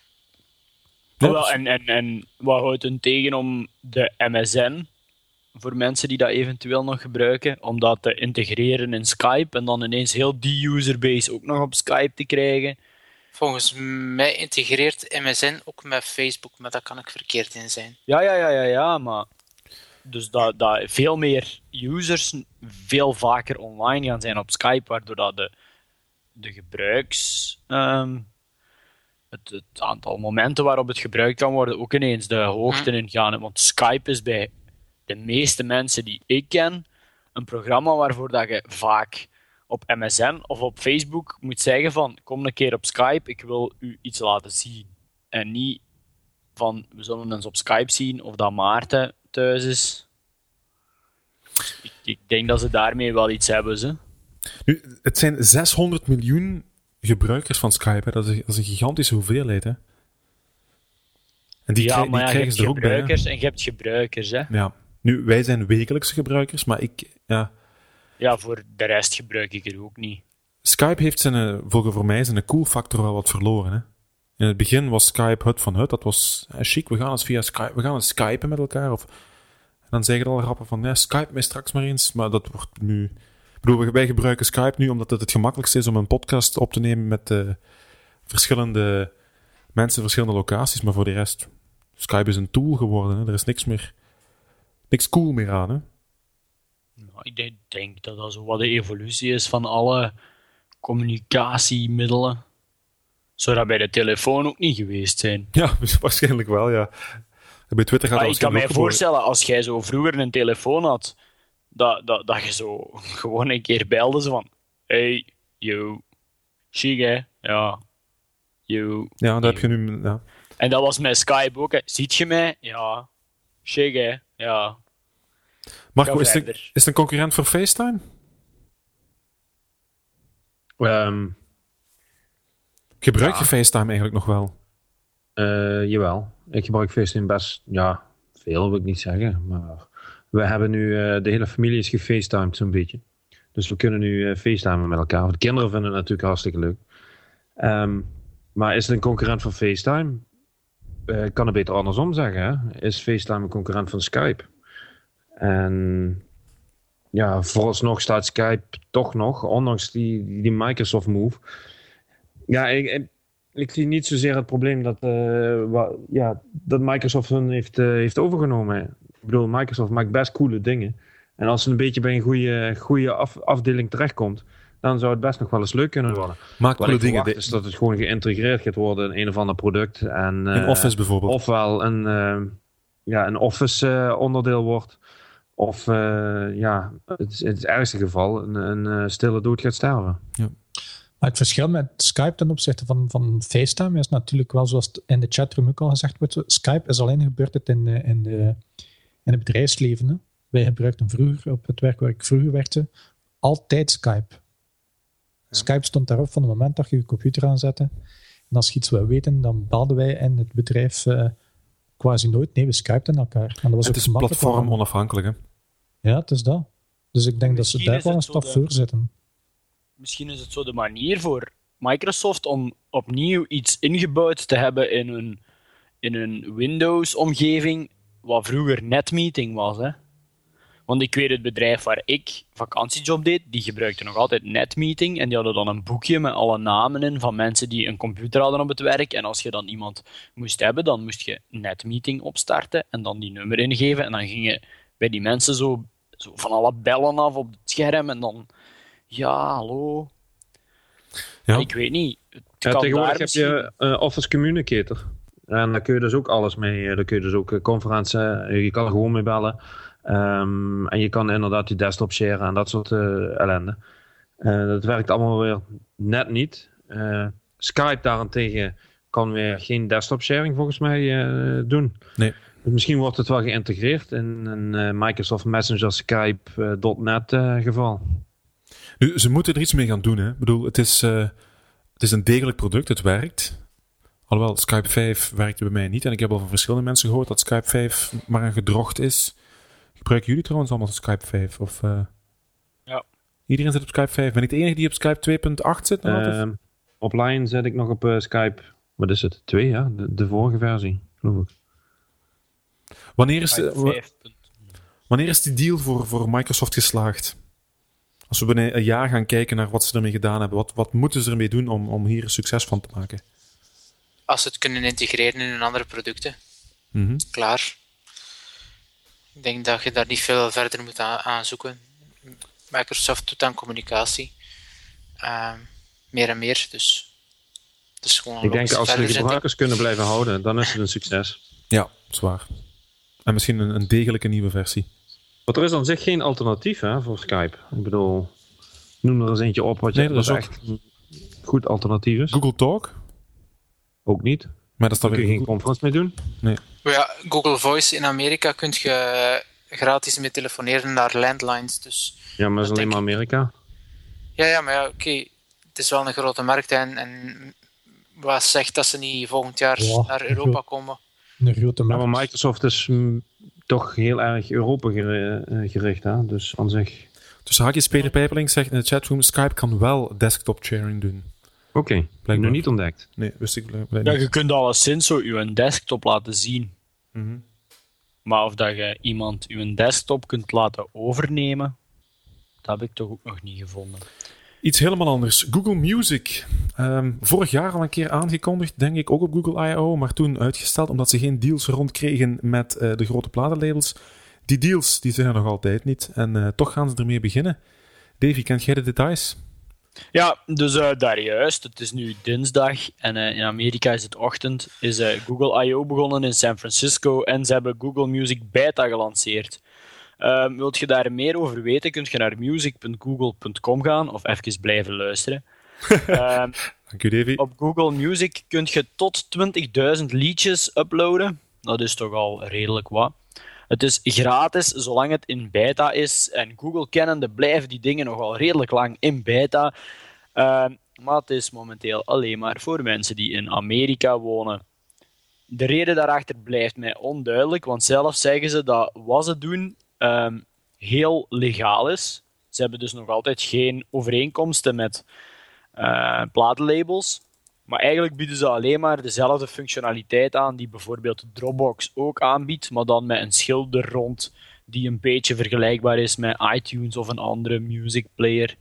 Ja, Ah, wel, dus- en, en, en wat houdt het tegen om de M S N, voor mensen die dat eventueel nog gebruiken, om dat te integreren in Skype en dan ineens heel die userbase ook nog op Skype te krijgen? Volgens mij integreert M S N ook met Facebook, maar daar kan ik verkeerd in zijn. Ja, ja, ja, ja, ja, maar... Dus dat, dat veel meer users veel vaker online gaan zijn op Skype, waardoor dat de, de gebruiks... ehm, het, het aantal momenten waarop het gebruikt kan worden ook ineens de hoogte in gaan. Want Skype is bij de meeste mensen die ik ken een programma waarvoor dat je vaak op M S N of op Facebook moet zeggen van kom een keer op Skype, ik wil u iets laten zien. En niet van we zullen eens op Skype zien of dat Maarten thuis is. Dus ik, ik denk dat ze daarmee wel iets hebben. Ze. Nu, het zijn zeshonderd miljoen gebruikers van Skype. Hè. Dat, is, dat is een gigantische hoeveelheid. Hè. En die, Ja, krijg- maar die ja, je krijgen hebt ze er ook bij. Hè. gebruikers en je hebt gebruikers. Hè. Ja. Nu, wij zijn wekelijkse gebruikers, maar ik... Ja, Ja, voor de rest gebruik ik er ook niet. Skype heeft zijn, eh, volgens voor mij zijn cool factor wel wat verloren. Hè. In het begin was Skype hut van hut. Dat was eh, chic. We gaan eens via Skype, we gaan eens skypen met elkaar. Of, en dan zeggen al grappen van, ja, Skype mij straks maar eens. Maar dat wordt nu... Ik bedoel, wij gebruiken Skype nu omdat het het gemakkelijkste is om een podcast op te nemen met uh, verschillende mensen, verschillende locaties. Maar voor de rest, Skype is een tool geworden. Hè. Er is niks meer... Niks cool meer aan, hè. Nou, ik denk, denk dat dat zo wat de evolutie is van alle communicatiemiddelen. Zou dat bij de telefoon ook niet geweest zijn? Ja, waarschijnlijk wel, ja. Bij Twitter gaat Maar dat ik kan mij waarschijnlijk ook voorstellen, als jij zo vroeger een telefoon had, dat, dat, dat je zo gewoon een keer belde zo van hey, yo, chic hè? Ja, yo. worden. Ja, dat heb je nu... Ja. En dat was met Skype ook, hè. Ziet je mij? Ja. Chic hè? Ja. Marco, Ga is het, verder. is het een concurrent voor FaceTime? Ehm, Gebruik Ja. je FaceTime eigenlijk nog wel? eh, jawel, ik gebruik FaceTime best, ja, veel wil ik niet zeggen, maar we hebben nu, eh, de hele familie is gefacetimed zo'n beetje. Dus we kunnen nu uh, facetimen met elkaar. De kinderen vinden het natuurlijk hartstikke leuk. Ehm, maar is het een concurrent van FaceTime? Uh, ik kan het beter andersom zeggen. Hè? Is FaceTime een concurrent van Skype? En ja, vooralsnog staat Skype toch nog, ondanks die, die Microsoft move. Ja, ik, ik, ik zie niet zozeer het probleem dat, uh, wa, ja, dat Microsoft hun heeft, uh, heeft overgenomen. Ik bedoel, Microsoft maakt best coole dingen. En als het een beetje bij een goede, goede af, afdeling terechtkomt, dan zou het best nog wel eens leuk kunnen worden. Maak Wat coole ik dingen. verwacht is dat het gewoon geïntegreerd gaat worden in een of ander product. En, In uh, Office bijvoorbeeld. Ofwel een, uh, ja, een Office uh, onderdeel wordt. Of uh, ja, het, is, het is ergste geval een, een uh, stille dood gaat sterven. Ja. Maar het verschil met Skype ten opzichte van, van FaceTime is natuurlijk wel, zoals in de chatroom ook al gezegd wordt, Skype is alleen gebeurd het in, in, de, in het bedrijfsleven. Hè. Wij gebruikten vroeger, op het werk waar ik vroeger werkte, altijd Skype. Ja. Skype stond daarop van het moment dat je je computer aanzette. En als je iets wil weten, dan belden wij in het bedrijf uh, quasi nooit. Nee, we skypten elkaar. En dat was Het ook is platform om... onafhankelijk, hè? Ja, het is dat. Dus ik denk Misschien dat ze daar is wel een het zo stap de- voor zitten. Misschien is het zo de manier voor Microsoft om opnieuw iets ingebouwd te hebben in een, in een Windows-omgeving, wat vroeger NetMeeting was. Hè? Want ik weet het bedrijf waar ik vakantiejob deed, die gebruikte nog altijd NetMeeting en die hadden dan een boekje met alle namen in van mensen die een computer hadden op het werk. En als je dan iemand moest hebben, dan moest je NetMeeting opstarten en dan die nummer ingeven. En dan ging je bij die mensen zo, zo van alle bellen af op het scherm en dan... Ja, hallo. Ja. Ik weet niet. Het Ja, kan tegenwoordig daar heb je misschien- uh, Office Communicator. En daar kun je dus ook alles mee. Uh, daar kun je dus ook uh, conferenties, uh, je kan er gewoon mee bellen. Um, en je kan inderdaad je desktop sharen en dat soort uh, ellende. Uh, dat werkt allemaal weer net niet. Uh, Skype daarentegen kan weer geen desktop sharing volgens mij uh, doen. Nee. Dus misschien wordt het wel geïntegreerd in een uh, Microsoft Messenger Skype uh, .net uh, geval. Nu, ze moeten er iets mee gaan doen. Hè? Ik bedoel, het is, uh, het is een degelijk product, het werkt. Alhoewel, Skype vijf werkte bij mij niet. En ik heb al van verschillende mensen gehoord dat Skype vijf maar een gedrocht is. Gebruiken jullie trouwens allemaal Skype vijf? Of, uh... Ja. Iedereen zit op Skype vijf. Ben ik de enige die op Skype twee punt acht zit? Uh, op Line zet ik nog op uh, Skype, wat is het? twee, ja? De, de vorige versie, geloof ik. Wanneer is, de, wa- vijf. wanneer is die deal voor, voor Microsoft geslaagd? Als we binnen een jaar gaan kijken naar wat ze ermee gedaan hebben, wat, wat moeten ze ermee doen om, om hier een succes van te maken? Als ze het kunnen integreren in hun andere producten. Mm-hmm. Klaar. Ik denk dat je daar niet veel verder moet aan, aan zoeken. Microsoft doet aan communicatie. Uh, meer en meer, dus... Het is gewoon Ik denk als ze de verderzetting. gebruikers kunnen blijven houden, dan is het een succes. Ja, zwaar. En misschien een, een degelijke nieuwe versie. Want er is aan zich geen alternatief hè, voor Skype. Ik bedoel, noem er eens eentje op wat, je, Nee, dat is wat ook- echt een goed alternatief is. Google Talk? Ook niet. Maar dat is dan Daar kun je weer geen conference mee doen. Maar ja, Google Voice in Amerika kun je gratis mee telefoneren naar landlines. Dus Ja, maar dat is Dat alleen maar denk Amerika. ja, ja maar ja, oké. Het is wel een grote markt en, en wat zegt dat ze niet volgend jaar Ja, naar Europa komen? Een grote Ja, markt. maar Microsoft is mm, toch heel erg Europa geri- eh, gericht. Hè? Dus aan zich... Dus haakjes Peter Pijperling zegt in de chatroom, Skype kan wel desktop sharing doen. Oké, okay. Blijkbaar. nog niet ontdekt. Nee, wist ik blijkbaar Ja, niet. je kunt alleszins zo je desktop laten zien. Mhm. Maar of dat je iemand je desktop kunt laten overnemen, dat heb ik toch ook nog niet gevonden. Iets helemaal anders. Google Music. Um, vorig jaar al een keer aangekondigd, denk ik, ook op Google I O, maar toen uitgesteld omdat ze geen deals rondkregen met uh, de grote platenlabels. Die deals die zijn er nog altijd niet en uh, toch gaan ze ermee beginnen. Davy, kent jij de details? Ja, dus uh, daar juist. Het is nu dinsdag en uh, in Amerika is het ochtend. Is uh, Google I O begonnen in San Francisco en ze hebben Google Music Beta gelanceerd. Um, wilt je daar meer over weten, kun je naar music punt google punt com gaan of even blijven luisteren. um, Dank u, Davy. Op Google Music kun je tot twintigduizend liedjes uploaden. Dat is toch al redelijk wat. Het is gratis zolang het in beta is. En Google kennende blijven die dingen nogal redelijk lang in beta. Uh, maar het is momenteel alleen maar voor mensen die in Amerika wonen. De reden daarachter blijft mij onduidelijk, want zelf zeggen ze dat wat ze doen um, heel legaal is. Ze hebben dus nog altijd geen overeenkomsten met uh, platenlabels. Maar eigenlijk bieden ze alleen maar dezelfde functionaliteit aan die bijvoorbeeld Dropbox ook aanbiedt, maar dan met een schild er rond die een beetje vergelijkbaar is met iTunes of een andere music player.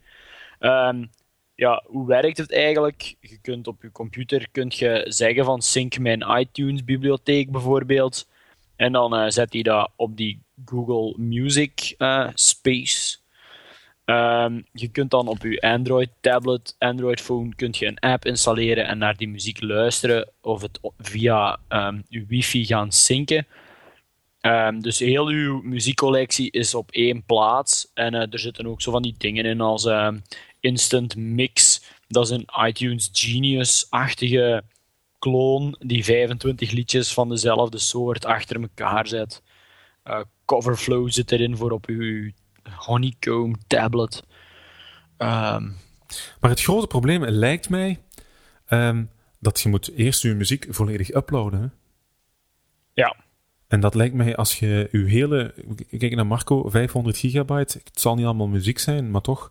Um, ja, hoe werkt het eigenlijk? Je kunt op je computer kunt je zeggen van sync mijn iTunes-bibliotheek bijvoorbeeld. En dan uh, zet hij dat op die Google Music uh, space. Um, je kunt dan op je Android tablet, Android phone, kunt je een app installeren en naar die muziek luisteren of het via um, je wifi gaan synken. Um, dus heel uw muziekcollectie is op één plaats en uh, er zitten ook zo van die dingen in als um, Instant Mix. Dat is een iTunes Genius-achtige kloon die vijfentwintig liedjes van dezelfde soort achter elkaar zet. Uh, Coverflow zit erin voor op uw Honeycomb tablet. Um, maar het grote probleem lijkt mij um, dat je moet eerst je muziek volledig uploaden. Hè? Ja. En dat lijkt mij als je je hele... Kijk naar Marco, vijfhonderd gigabyte. Het zal niet allemaal muziek zijn, maar toch.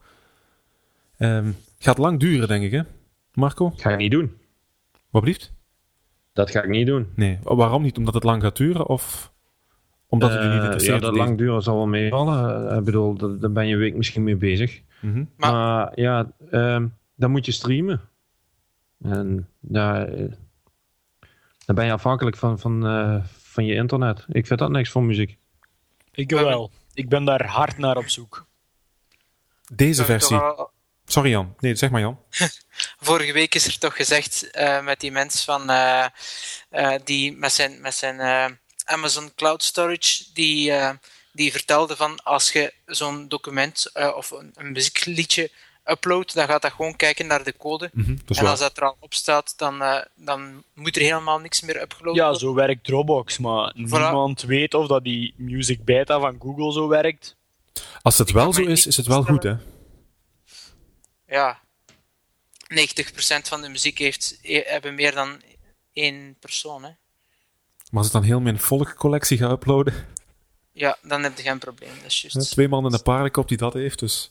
Um, gaat lang duren, denk ik, hè? Marco? Dat ga ik niet doen. Wat blieft? Dat ga ik niet doen. Nee. Waarom niet? Omdat het lang gaat duren? Of Omdat het u niet Uh, interesseert. ja, dat lang duren zal wel meevallen. Uh, ik bedoel, daar, daar ben je een week misschien mee bezig. Mm-hmm. Maar- Maar ja, uh, dan moet je streamen. En ja, uh, dan ben je afhankelijk van, van, uh, van je internet. Ik vind dat niks voor muziek. Ik wel. Ik ben daar hard naar op zoek. Deze Toch versie. al- Sorry Jan. Nee, zeg maar Jan. Vorige week is er toch gezegd uh, met die mens van uh, uh, die met zijn, met zijn uh, Amazon Cloud Storage die, uh, die vertelde van als je zo'n document uh, of een, een muziekliedje uploadt, dan gaat dat gewoon kijken naar de code. Mm-hmm, dat is En waar. als dat er al op staat, dan, uh, dan moet er helemaal niks meer upgeload Ja, worden. zo werkt Dropbox, maar niemand weet of dat die Music Beta van Google zo werkt. Als het Ik wel kan zo mij is, niet is het wel goed, hè? Ja. negentig procent van de muziek heeft, hebben meer dan één persoon. Hè. Maar als ik dan heel mijn volkcollectie ga uploaden, Ja, dan heb je geen probleem. Dat is hè, juist. twee man in een paardenkop die dat heeft, dus...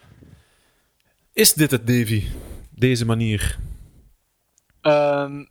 Is dit het, Davy? Deze manier? Um,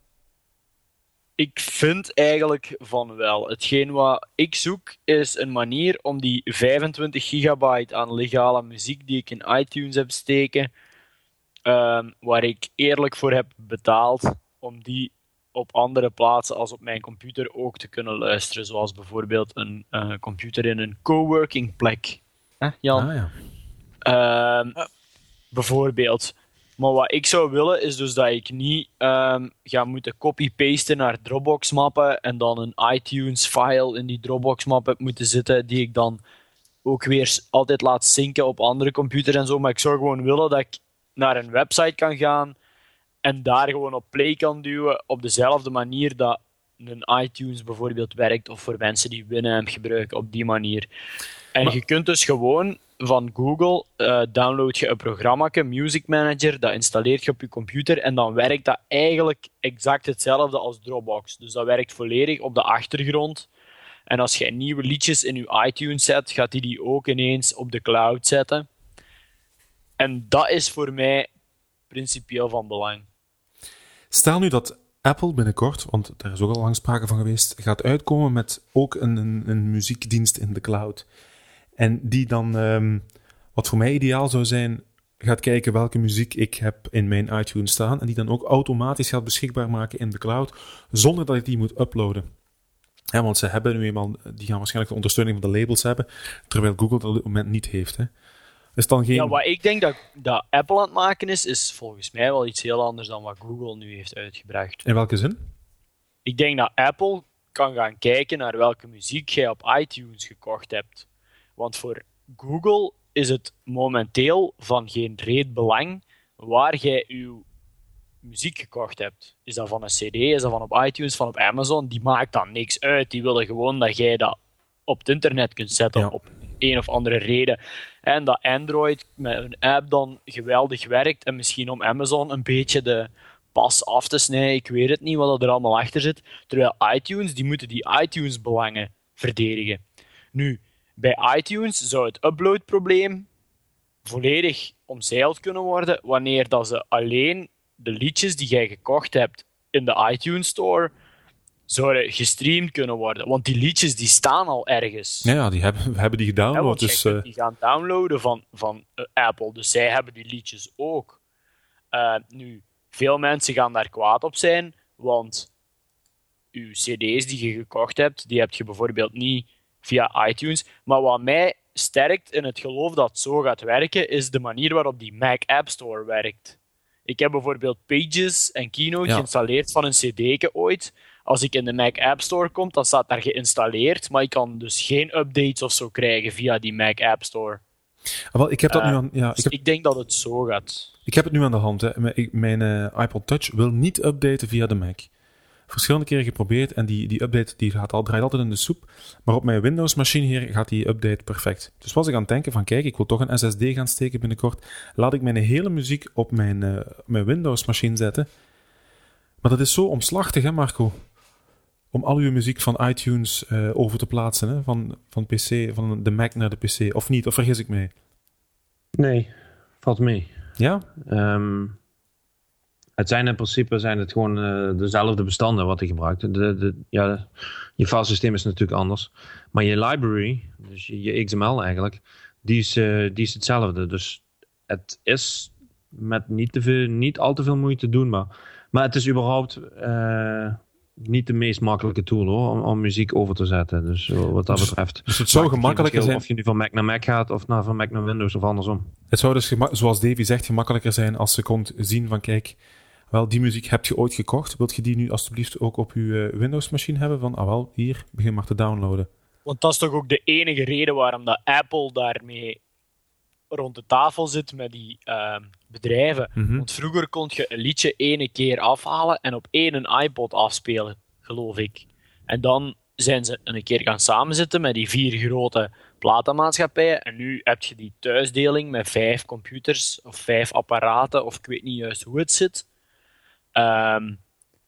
ik vind eigenlijk van wel. Hetgeen wat ik zoek is een manier om die vijfentwintig gigabyte aan legale muziek die ik in iTunes heb steken, um, waar ik eerlijk voor heb betaald, om die op andere plaatsen als op mijn computer ook te kunnen luisteren. Zoals bijvoorbeeld een uh, computer in een coworking plek. Hè, Jan? Ah, ja. Um, Ja. Bijvoorbeeld. Maar wat ik zou willen is dus dat ik niet um, ga moeten copy-pasten naar Dropbox-mappen en dan een iTunes-file in die Dropbox-map heb moeten zitten die ik dan ook weer altijd laat synken op andere computers en zo. Maar ik zou gewoon willen dat ik naar een website kan gaan en daar gewoon op play kan duwen op dezelfde manier dat een iTunes bijvoorbeeld werkt of voor mensen die Winamp gebruiken op die manier. En Maar- je kunt dus gewoon van Google uh, download je een programma, Music Manager, dat installeert je op je computer en dan werkt dat eigenlijk exact hetzelfde als Dropbox. Dus dat werkt volledig op de achtergrond. En als je nieuwe liedjes in je iTunes zet, gaat die die ook ineens op de cloud zetten. En dat is voor mij principieel van belang. Stel nu dat Apple binnenkort, want daar is ook al lang sprake van geweest, gaat uitkomen met ook een, een, een muziekdienst in de cloud. En die dan, um, wat voor mij ideaal zou zijn, gaat kijken welke muziek ik heb in mijn iTunes staan en die dan ook automatisch gaat beschikbaar maken in de cloud, zonder dat ik die moet uploaden. Ja, want ze hebben nu eenmaal, die gaan waarschijnlijk de ondersteuning van de labels hebben, terwijl Google dat op dit moment niet heeft. Hè. Is dan geen... Ja, wat ik denk dat, dat Apple aan het maken is, is volgens mij wel iets heel anders dan wat Google nu heeft uitgebracht. In welke zin? Ik denk dat Apple kan gaan kijken naar welke muziek jij op iTunes gekocht hebt. Want voor Google is het momenteel van geen reet belang waar jij je muziek gekocht hebt. Is dat van een cd, is dat van op iTunes, van op Amazon? Die maakt dan niks uit. Die willen gewoon dat jij dat op het internet kunt zetten, Ja. op een of andere reden. En dat Android met een app dan geweldig werkt en misschien om Amazon een beetje de pas af te snijden. Ik weet het niet wat er allemaal achter zit. Terwijl iTunes, die moeten die iTunes-belangen verdedigen. Nu, bij iTunes zou het uploadprobleem volledig omzeild kunnen worden wanneer dat ze alleen de liedjes die jij gekocht hebt in de iTunes Store zouden gestreamd kunnen worden. Want die liedjes die staan al ergens. Ja, ja die hebben, we hebben die Ja, gedownload. want Dus, jij uh... kunt die gaan downloaden van, van uh, Apple. Dus zij hebben die liedjes ook. Uh, nu, veel mensen gaan daar kwaad op zijn, want uw cd's die je gekocht hebt, die heb je bijvoorbeeld niet via iTunes. Maar wat mij sterkt in het geloof dat het zo gaat werken, is de manier waarop die Mac App Store werkt. Ik heb bijvoorbeeld Pages en Keynote Ja. geïnstalleerd van een cd'tje ooit. Als ik in de Mac App Store kom, dan staat daar geïnstalleerd, maar ik kan dus geen updates of zo krijgen via die Mac App Store. Ah, wel, ik heb dat Uh, nu aan... Ja, Dus ik heb... ik denk dat het zo gaat. Ik heb het nu aan de hand. Hè. Mijn, ik- mijn uh, iPod Touch wil niet updaten via de Mac. Verschillende keren geprobeerd en die, die update die gaat al, draait altijd in de soep. Maar op mijn Windows-machine hier gaat die update perfect. Dus was ik aan het denken van kijk, ik wil toch een S S D gaan steken binnenkort. Laat ik mijn hele muziek op mijn, uh, mijn Windows-machine zetten. Maar dat is zo omslachtig, hè Marco? Om al uw muziek van iTunes uh, over te plaatsen. Hè? Van, van, P C, van de Mac naar de P C. Of niet? Of vergis ik mij? Nee, valt mee. Ja? Um, Het zijn in principe zijn het gewoon uh, dezelfde bestanden wat hij gebruikt. De, de, ja, je filesysteem is natuurlijk anders. Maar je library, dus je, je X M L eigenlijk, die is, uh, die is hetzelfde. Dus het is met niet, te veel, niet al te veel moeite doenbaar. Maar het is überhaupt uh, niet de meest makkelijke tool hoor, om, om muziek over te zetten. Dus uh, wat dat betreft. Dus het zou gemakkelijker zijn. Of je nu van Mac naar Mac gaat of naar, van Mac naar Windows of andersom. Het zou dus, gema- zoals Davy zegt, gemakkelijker zijn als ze kon zien van kijk, wel die muziek heb je ooit gekocht. Wilt je die nu alstublieft ook op je uh, Windows-machine hebben? Van, ah wel, hier, begin maar te downloaden. Want dat is toch ook de enige reden waarom dat Apple daarmee rond de tafel zit met die uh, bedrijven. Mm-hmm. Want vroeger kon je een liedje ene keer afhalen en op één iPod afspelen, geloof ik. En dan zijn ze een keer gaan samenzitten met die vier grote platenmaatschappijen. En nu heb je die thuisdeling met vijf computers of vijf apparaten, of ik weet niet juist hoe het zit. Um,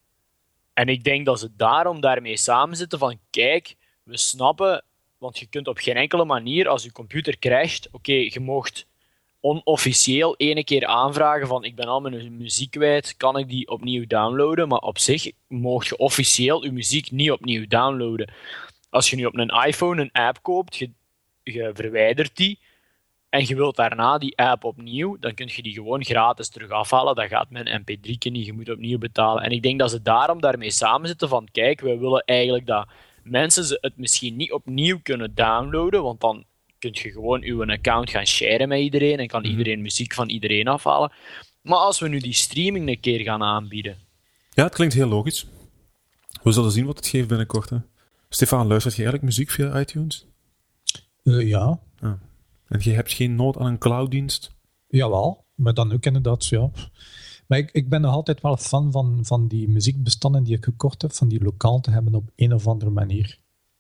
en ik denk dat ze daarom daarmee samenzitten van kijk, we snappen, want je kunt op geen enkele manier, als je computer crasht, oké, okay, je mocht onofficieel ene keer aanvragen van ik ben al mijn muziek kwijt, kan ik die opnieuw downloaden? Maar op zich mocht je officieel je muziek niet opnieuw downloaden. Als je nu op een iPhone een app koopt, je, je verwijdert die en je wilt daarna die app opnieuw, dan kun je die gewoon gratis terug afhalen. Dat gaat met een M P drie niet, je moet opnieuw betalen. En ik denk dat ze daarom daarmee samenzitten van kijk, wij willen eigenlijk dat mensen het misschien niet opnieuw kunnen downloaden, want dan kun je gewoon uw account gaan sharen met iedereen en kan iedereen muziek van iedereen afhalen. Maar als we nu die streaming een keer gaan aanbieden... Ja, het klinkt heel logisch. We zullen zien wat het geeft binnenkort. Hè. Stefan, luistert je eigenlijk muziek via iTunes? Uh, ja. Ah. En je hebt geen nood aan een clouddienst? Jawel, maar dan ook inderdaad, ja. Maar ik, ik ben nog altijd wel fan van, van die muziekbestanden die ik gekocht heb, van die lokaal te hebben op een of andere manier.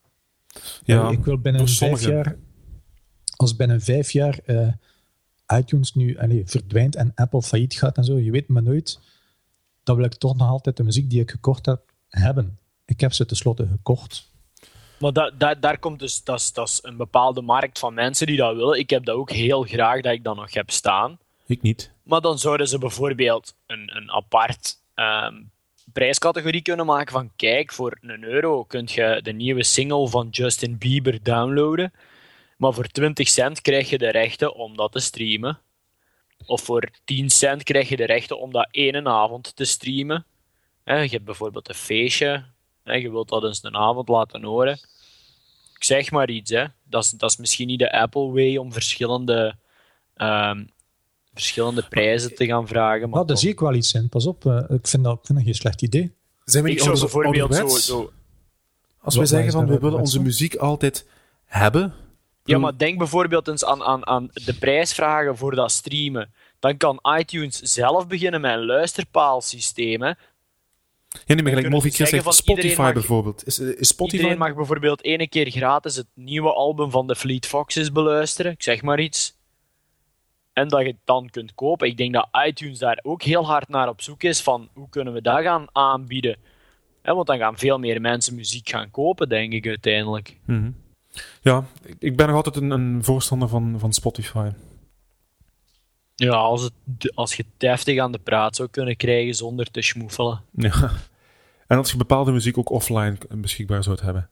Ja, uh, ik wil binnen vijf jaar... Als binnen vijf jaar uh, iTunes nu allez, verdwijnt en Apple failliet gaat en zo, je weet maar nooit, dan wil ik toch nog altijd de muziek die ik gekocht heb, hebben. Ik heb ze tenslotte gekocht. Maar da, da, daar komt dus, dat is, dat is een bepaalde markt van mensen die dat willen. Ik heb dat ook heel graag dat ik dat nog heb staan. Ik niet. Maar dan zouden ze bijvoorbeeld een, een apart um, prijscategorie kunnen maken van kijk, voor een euro kun je de nieuwe single van Justin Bieber downloaden. Maar voor twintig cent krijg je de rechten om dat te streamen. Of voor tien cent krijg je de rechten om dat ene avond te streamen. Je hebt bijvoorbeeld een feestje. Je wilt dat eens een avond laten horen. Ik zeg maar iets. Hè. Dat is, dat is misschien niet de Apple way om verschillende, um, verschillende prijzen te gaan vragen. Maar ja, daar zie ik wel iets in. Pas op, uh, ik, vind dat, ik vind dat geen slecht idee. Zijn we ik zou bijvoorbeeld zo, zo... Als wij zeggen van we willen onze muziek altijd hebben... Ja, maar denk bijvoorbeeld eens aan, aan, aan de prijsvragen voor dat streamen. Dan kan iTunes zelf beginnen met een luisterpaalsysteem. Hè. Ja, niet meer gelijk Movi zegt, Spotify mag, bijvoorbeeld. Is, is Spotify... Iedereen mag bijvoorbeeld één keer gratis het nieuwe album van de Fleet Foxes beluisteren. Ik zeg maar iets. En dat je het dan kunt kopen. Ik denk dat iTunes daar ook heel hard naar op zoek is van hoe kunnen we dat gaan aanbieden. Hè, want dan gaan veel meer mensen muziek gaan kopen, denk ik uiteindelijk. Mm-hmm. Ja, ik ben nog altijd een, een voorstander van, van Spotify. Ja, als, het, als je het deftig aan de praat zou kunnen krijgen zonder te schmoefelen. Ja. En als je bepaalde muziek ook offline beschikbaar zou hebben.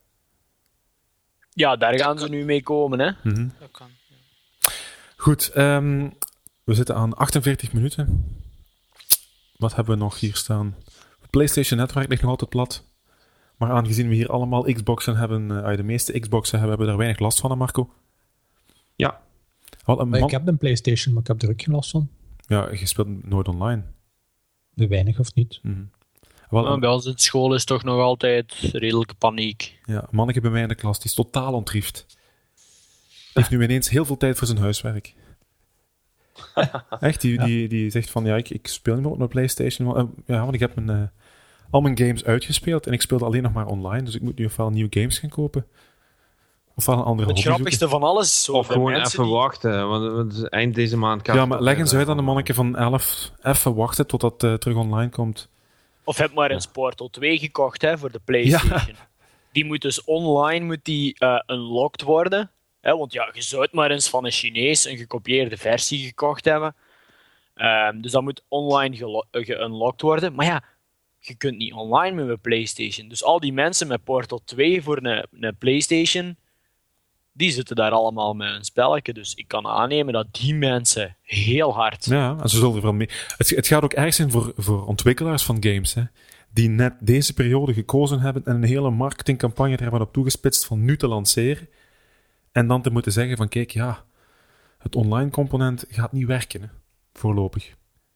Ja, daar gaan ze nu mee komen, hè. Mm-hmm. Dat kan. Ja. Goed, um, we zitten aan achtenveertig minuten. Wat hebben we nog hier staan? Het PlayStation Network ligt nog altijd plat. Maar aangezien we hier allemaal Xboxen hebben, uh, de meeste Xboxen hebben, hebben we daar weinig last van, hè Marco? Ja. Wat een man... Ik heb een PlayStation, maar ik heb er ook geen last van. Ja, je speelt nooit online. De weinig of niet. Mm-hmm. Wel, nou, bij ons in school is toch nog altijd redelijke paniek. Ja, een manneke bij mij in de klas, die is totaal ontriefd. Die heeft nu ineens heel veel tijd voor zijn huiswerk. Echt, die, ja. die, die zegt van, ja, ik, ik speel niet meer op mijn PlayStation. Uh, ja, want ik heb mijn... Uh, al mijn games uitgespeeld en ik speelde alleen nog maar online. Dus ik moet nu ofwel nieuwe games gaan kopen. Ofwel een andere Het hobby grappigste zoeken. van alles... Zo of gewoon even die... wachten, want, want eind deze maand... Ja, maar leg eens uit aan de manneke van elf. Even wachten tot dat uh, terug online komt. Of heb maar een Portal twee gekocht hè, voor de PlayStation. Ja. Die moet dus online moet die, uh, unlocked worden. Hè, want ja, je zou het maar eens van een Chinees een gekopieerde versie gekocht hebben. Um, dus dat moet online gelo- geunlocked worden. Maar ja, je kunt niet online met een PlayStation. Dus al die mensen met Portal twee voor een, een PlayStation, die zitten daar allemaal met een spelletje. Dus ik kan aannemen dat die mensen heel hard... Ja, en ze zullen er wel mee... Het, het gaat ook erg zijn voor, voor ontwikkelaars van games, hè, die net deze periode gekozen hebben en een hele marketingcampagne er hebben op toegespitst van nu te lanceren. En dan te moeten zeggen van, kijk, ja, het online component gaat niet werken, hè, voorlopig.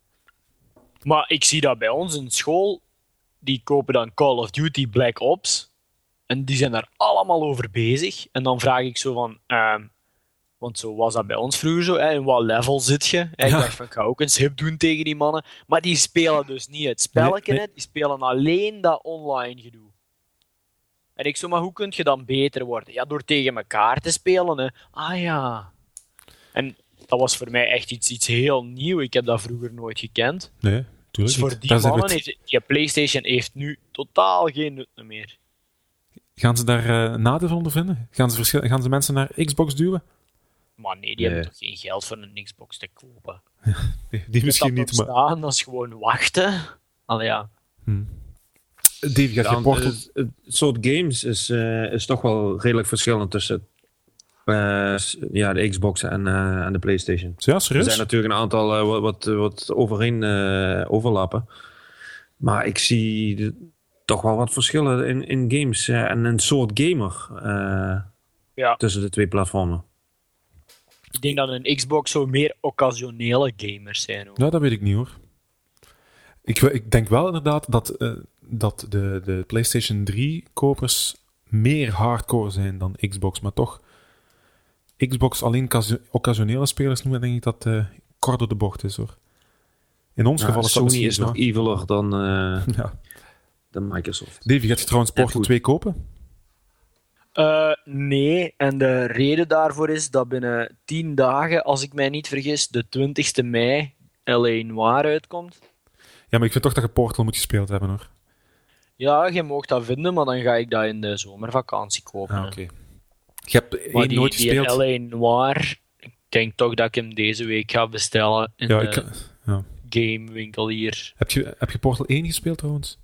Maar ik zie dat bij ons in school, die kopen dan Call of Duty Black Ops. En die zijn daar allemaal over bezig. En dan vraag ik zo van... Um, want zo was dat bij ons vroeger zo. Hè, in wat level zit je? En ik Ja. dacht van, ik ga ook eens hip doen tegen die mannen. Maar die spelen dus niet het spelletje. Nee, nee. Hè, die spelen alleen dat online gedoe. En ik zo, maar hoe kun je dan beter worden? Ja, door tegen elkaar te spelen. Hè. Ah ja. En dat was voor mij echt iets, iets heel nieuw. Ik heb dat vroeger nooit gekend. Nee, tuurlijk Dus voor niet. die Daar zijn we mannen, het- heeft, die PlayStation heeft nu totaal geen nut meer. Gaan ze daar uh, nadeel van ondervinden? Gaan ze, verschil- gaan ze mensen naar Xbox duwen? Maar nee, die Nee. hebben toch geen geld voor een Xbox te kopen. Die, die misschien dat niet, maar... staan, dat is gewoon wachten. Allee, ja. Davy, gaat je Dan, Portal... het, het soort games is, uh, is toch wel redelijk verschillend tussen uh, ja, de Xbox en, uh, en de PlayStation. Ja, Er serieus? zijn natuurlijk een aantal uh, wat, wat, wat overeen uh, overlappen. Maar ik zie de, toch wel wat verschillen in, in games uh, en een soort gamer uh, Ja. tussen de twee platformen. Ik denk dat een Xbox zo meer occasionele gamers zijn. Ook. Ja, dat weet ik niet, hoor. Ik, we- ik denk wel inderdaad dat, uh, dat de, de PlayStation drie-kopers meer hardcore zijn dan Xbox, maar toch... Xbox alleen casu- occasionele spelers noemen, denk ik dat uh, kort door de bocht is, hoor. In ons Ja, geval is dat Sony misschien is zo. nog eviler dan, uh, Ja. dan Microsoft. Davy, gaat je trouwens Portal goed. twee kopen? Uh, nee, en de reden daarvoor is dat binnen tien dagen, als ik mij niet vergis, de twintigste mei L A Noire uitkomt. Ja, maar ik vind toch dat je Portal moet gespeeld hebben, hoor. Ja, je mag dat vinden, maar dan ga ik dat in de zomervakantie kopen. Ah, hè. oké. Je hebt Maar één die, nooit die gespeeld. L A Noire, ik denk toch dat ik hem deze week ga bestellen in Ja, de ik kan- ja. gamewinkel hier. Heb je, heb je Portal één gespeeld, trouwens?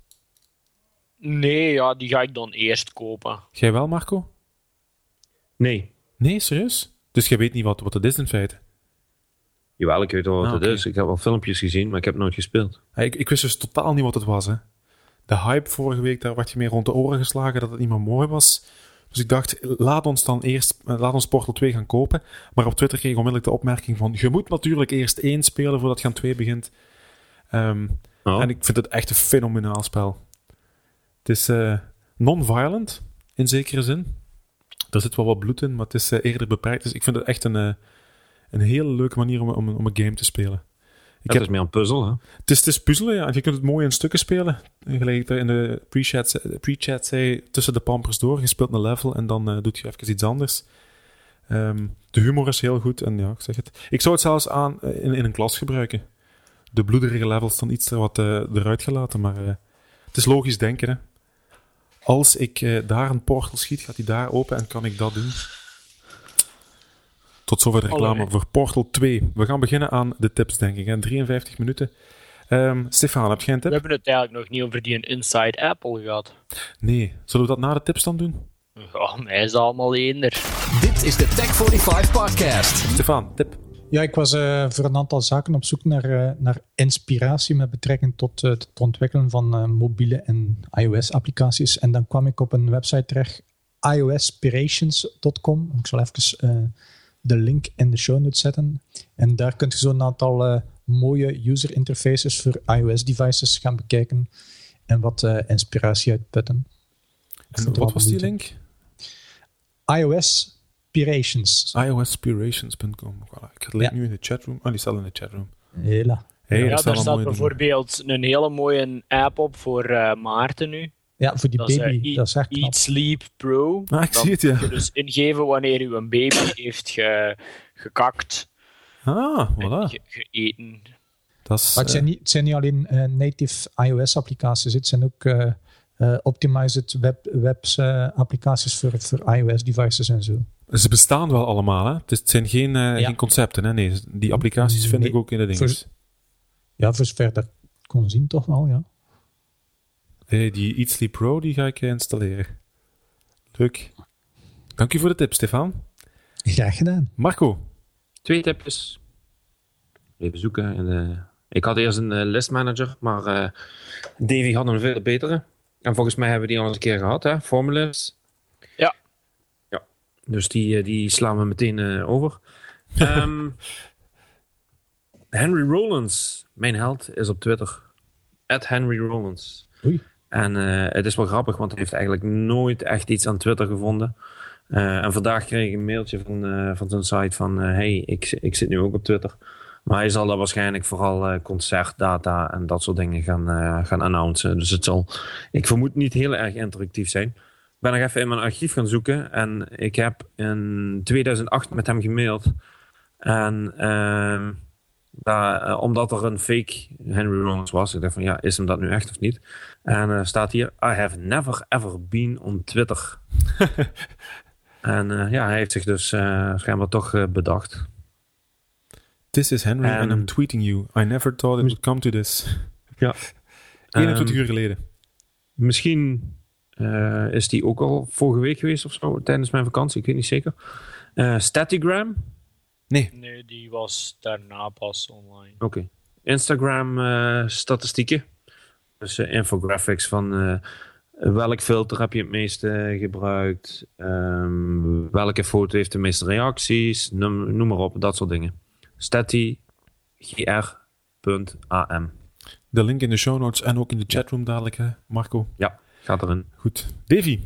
Nee, ja, die ga ik dan eerst kopen. Jij wel, Marco? Nee. Nee, serieus? Dus jij weet niet wat, wat het is in feite? Jawel, ik weet wel wat Ah, het oké. is. Ik heb wel filmpjes gezien, maar ik heb het nooit gespeeld. Ja, Ik, ik wist dus totaal niet wat het was, hè. De hype vorige week, daar werd je mee rond de oren geslagen dat het niet meer mooi was. Dus ik dacht, laat ons dan eerst, eh, laat ons Portal twee gaan kopen. Maar op Twitter kreeg ik onmiddellijk de opmerking van, je moet natuurlijk eerst één spelen voordat je aan twee begint. Ehm, Oh. En ik vind het echt een fenomenaal spel. Het is eh, non-violent, in zekere zin. Er zit wel wat bloed in, maar het is eh, eerder beperkt. Dus ik vind het echt een, eh, een hele leuke manier om, om, om een game te spelen. Ik Dat heb, is meer een puzzel, hè? het, is, het is puzzelen, ja. En je kunt het mooi in stukken spelen. Gelijk ik daar in de pre-chat, ze- pre-chat zei, tussen de pampers door. Je speelt een level en dan uh, doet je even iets anders. Um, de humor is heel goed. En ja, ik zeg het. Ik zou het zelfs aan, uh, in, in een klas gebruiken. De bloederige levels dan iets er wat uh, eruit gelaten. Maar uh, het is logisch denken, hè. Als ik uh, daar een portal schiet, gaat die daar open en kan ik dat doen. Tot zover de reclame Allee. voor Portal twee. We gaan beginnen aan de tips, denk ik. Hè. drieënvijftig minuten. Um, Stefan, heb jij een We tip? hebben het eigenlijk nog niet over die Inside Apple gehad. Nee. Zullen we dat na de tips dan doen? Ja, mij is dat allemaal eender. Dit is de Tech vijfenveertig podcast. Stefan, tip. Ja, ik was uh, voor een aantal zaken op zoek naar, uh, naar inspiratie met betrekking tot uh, het ontwikkelen van uh, mobiele en iOS-applicaties. En dan kwam ik op een website terecht, i o s inspirations dot com. Ik zal even uh, de link in de show notes zetten. En daar kun je zo'n aantal uh, mooie user interfaces voor iOS-devices gaan bekijken en wat uh, inspiratie uitputten. En wat was die link? iOS Inspirations. i o s inspirations dot com. Voilà. Ik ga het link Ja. nu in de chatroom. Oh, die staat in de chatroom. Hela. Hey, Ja, dat is daar wel een staat mooie bijvoorbeeld een hele mooie app op voor uh, Maarten nu. Ja, voor die Dat is baby. uh, dat is echt knap. Eat Sleep Pro. Ah, ik Dan zie het, ja. kun je dus ingeven wanneer u een baby heeft ge, gekakt Ah, en voilà. ge, geëten. Dat is, Maar het zijn eh, niet, het zijn niet alleen uh, native iOS-applicaties, het zijn ook uh, uh, optimized web, webs uh, applicaties voor, voor iOS-devices en zo. ze bestaan wel allemaal, hè? Het, is- het zijn geen, uh, Ja. geen concepten, hè? Nee, die applicaties vind Nee, ik ook in de voor- dinges. Ja, voor zover dat ik kon zien toch wel, ja. Hey, die Eatly Pro die ga ik installeren. Leuk. Dank u voor de tip, Stefan. Graag gedaan. Marco. Twee tipjes. Even zoeken. En, uh, ik had eerst een uh, listmanager, maar uh, Davy had een veel betere. En volgens mij hebben we die al eens een keer gehad, hè? Formulist. Ja. Ja. Dus die, uh, die slaan we meteen uh, over. um, Henry Rollins, mijn held, is op Twitter. At Henry Rollins. Oei. En uh, het is wel grappig, want hij heeft eigenlijk nooit echt iets aan Twitter gevonden. Uh, en vandaag kreeg ik een mailtje van, uh, van zijn site van... Uh, hey, ik, ik zit nu ook op Twitter. Maar hij zal daar waarschijnlijk vooral uh, concertdata en dat soort dingen gaan, uh, gaan announcen. Dus het zal, ik vermoed, niet heel erg interactief zijn. Ik ben nog even in mijn archief gaan zoeken. En ik heb in tweeduizend acht met hem gemaild. En... Uh, Daar, uh, omdat er een fake Henry Rollins was. Ik dacht van, ja, is hem dat nu echt of niet? En uh, staat hier, I have never ever been on Twitter. en uh, ja, hij heeft zich dus uh, schijnbaar toch uh, bedacht. This is Henry en, and I'm tweeting you. I never thought it would come to this. Ja. eenentwintig um, uur geleden. Misschien uh, is die ook al vorige week geweest of zo, tijdens mijn vakantie. Ik weet niet zeker. Uh, Statigram. Nee. Nee, die was daarna pas online. Oké. Okay. Instagram uh, statistieken. Dus uh, infographics van uh, welk filter heb je het meeste gebruikt. Um, welke foto heeft de meeste reacties. Noem, noem maar op, dat soort dingen. Stati g r punt a m. De link in de show notes en ook in de chatroom dadelijk, hè, Marco? Ja, gaat erin. Goed. Davy?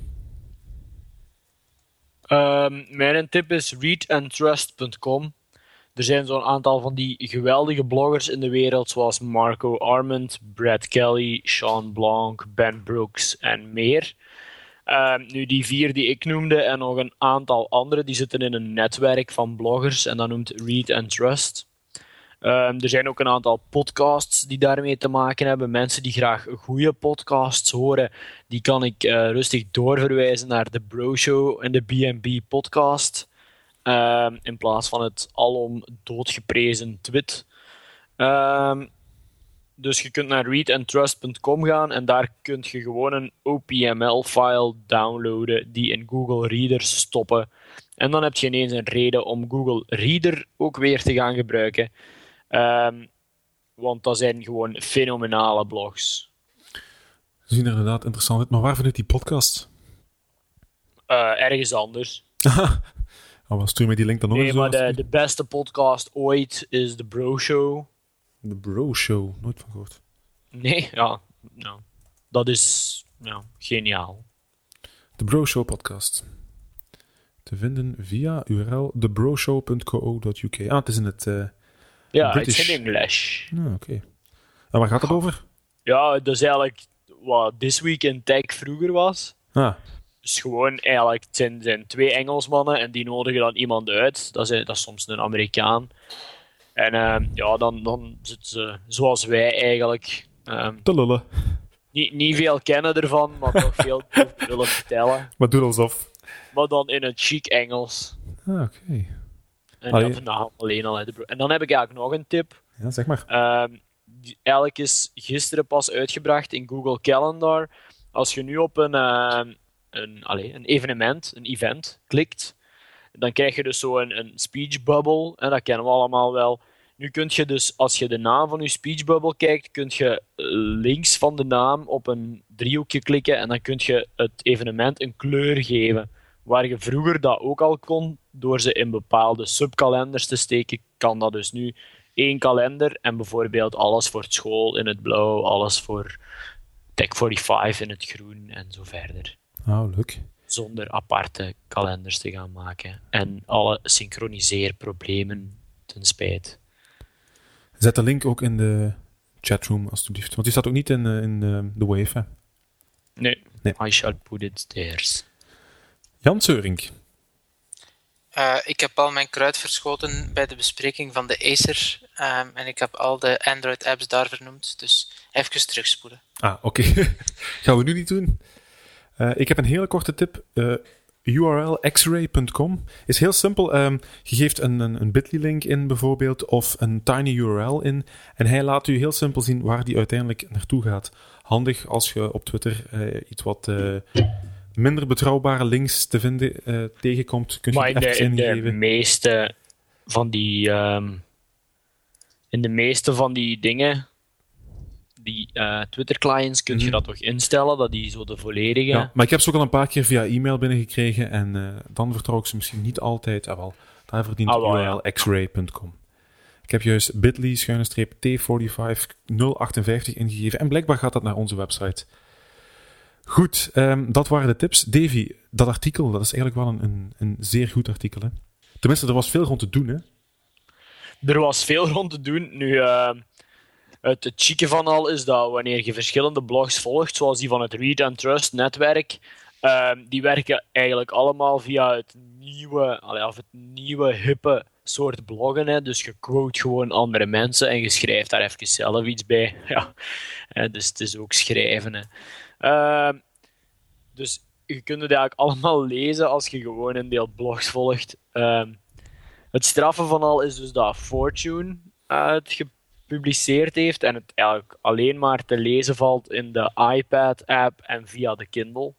Um, mijn tip is read and trust punt com. Er zijn zo'n aantal van die geweldige bloggers in de wereld, zoals Marco Arment, Brad Kelly, Sean Blanc, Ben Brooks en meer. Um, nu, die vier die ik noemde en nog een aantal andere, die zitten in een netwerk van bloggers en dat noemt Read and Trust. Um, er zijn ook een aantal podcasts die daarmee te maken hebben. Mensen die graag goede podcasts horen, die kan ik uh, rustig doorverwijzen naar de Bro Show en de B en B podcast. Um, in plaats van het alom doodgeprezen Twit. Um, dus je kunt naar read and trust punt com gaan en daar kun je gewoon een O P M L-file downloaden die in Google Reader stoppen. En dan heb je ineens een reden om Google Reader ook weer te gaan gebruiken. Um, want dat zijn gewoon fenomenale blogs. Ze zien er inderdaad interessant uit, maar waar vind ik die podcast? Uh, ergens anders. Oh, wat stuur me die link dan nog Nee, eens maar door? de, de beste podcast ooit is de Bro Show. De Bro Show, nooit van gehoord. Nee, ja. Nou, dat is ja, geniaal. De Bro Show podcast. Te vinden via U R L the bro show punt co dot u k. Ah, het is in het uh, Ja, British. het is in English. Ah, oké. Okay. En waar gaat het over? Ja, dat is eigenlijk wat This Week in Tech vroeger was. Ah, Dus gewoon eigenlijk, het zijn, zijn twee Engelsmannen en die nodigen dan iemand uit. Dat is, dat is soms een Amerikaan. En uh, ja, dan, dan zitten ze zoals wij eigenlijk. Um, te lullen. niet, niet veel kennen ervan, maar toch veel willen vertellen. Maar doe alsof. Maar dan in het chic Engels. Ah, oké. Okay. En Allee. dat vandaag alleen al uit de bro- En dan heb ik eigenlijk nog een tip. Ja, zeg maar. Um, die eigenlijk is gisteren pas uitgebracht in Google Calendar. Als je nu op een, uh, een, allez, een evenement, een event, klikt, dan krijg je dus zo een, een speech bubble. En dat kennen we allemaal wel. Nu kun je dus, als je de naam van je speech bubble kijkt, kun je links van de naam op een driehoekje klikken en dan kun je het evenement een kleur geven. Waar je vroeger dat ook al kon, door ze in bepaalde subkalenders te steken, kan dat dus nu één kalender en bijvoorbeeld alles voor het school in het blauw, alles voor Tech vijfenveertig in het groen en zo verder. Oh, leuk. Zonder aparte kalenders te gaan maken. En alle synchroniseerproblemen ten spijt. Zet de link ook in de chatroom, alstublieft. Want die staat ook niet in, uh, in uh, de wave, hè? Nee. Nee. I shall put it there. Jan Seurink. Uh, ik heb al mijn kruid verschoten bij de bespreking van de Acer. Um, en ik heb al de Android-apps daar vernoemd. Dus even terugspoelen. Ah, oké. Okay. Gaan we nu niet doen. Uh, ik heb een hele korte tip. Uh, U R L x ray punt com is heel simpel. Um, je geeft een, een, een bit.ly-link in bijvoorbeeld of een tiny U R L in en hij laat u heel simpel zien waar die uiteindelijk naartoe gaat. Handig als je op Twitter uh, iets wat uh, minder betrouwbare links te vinden uh, tegenkomt. Kun je maar in het de, even in de ingeven. meeste van die um, in de meeste van die dingen, die uh, Twitter-clients, kun je Mm-hmm. dat toch instellen, dat die zo de volledige... Ja, maar ik heb ze ook al een paar keer via e-mail binnengekregen en uh, dan vertrouw ik ze misschien niet altijd. Ah, wel, daar verdient Ah, wel, U R L x ray punt com. Ik heb juist bit.ly schuine streep T vijfenveertig nul achtenvijftig ingegeven en blijkbaar gaat dat naar onze website. Goed, um, dat waren de tips. Davy, dat artikel, dat is eigenlijk wel een, een, een zeer goed artikel. Hè? Tenminste, er was veel rond te doen. Hè? Er was veel rond te doen. Nu, uh, het, het chique van al is dat wanneer je verschillende blogs volgt, zoals die van het Read and Trust netwerk, uh, die werken eigenlijk allemaal via het nieuwe, allee, of het nieuwe hippe soort bloggen. Hè. Dus je quote gewoon andere mensen en je schrijft daar even zelf iets bij. Ja. Uh, dus het is ook schrijven. Hè. Uh, dus je kunt het eigenlijk allemaal lezen als je gewoon een deel blogs volgt. Uh, het straffe van al is dus dat Fortune uh, het gepubliceerd heeft en het eigenlijk alleen maar te lezen valt in de iPad-app en via de Kindle.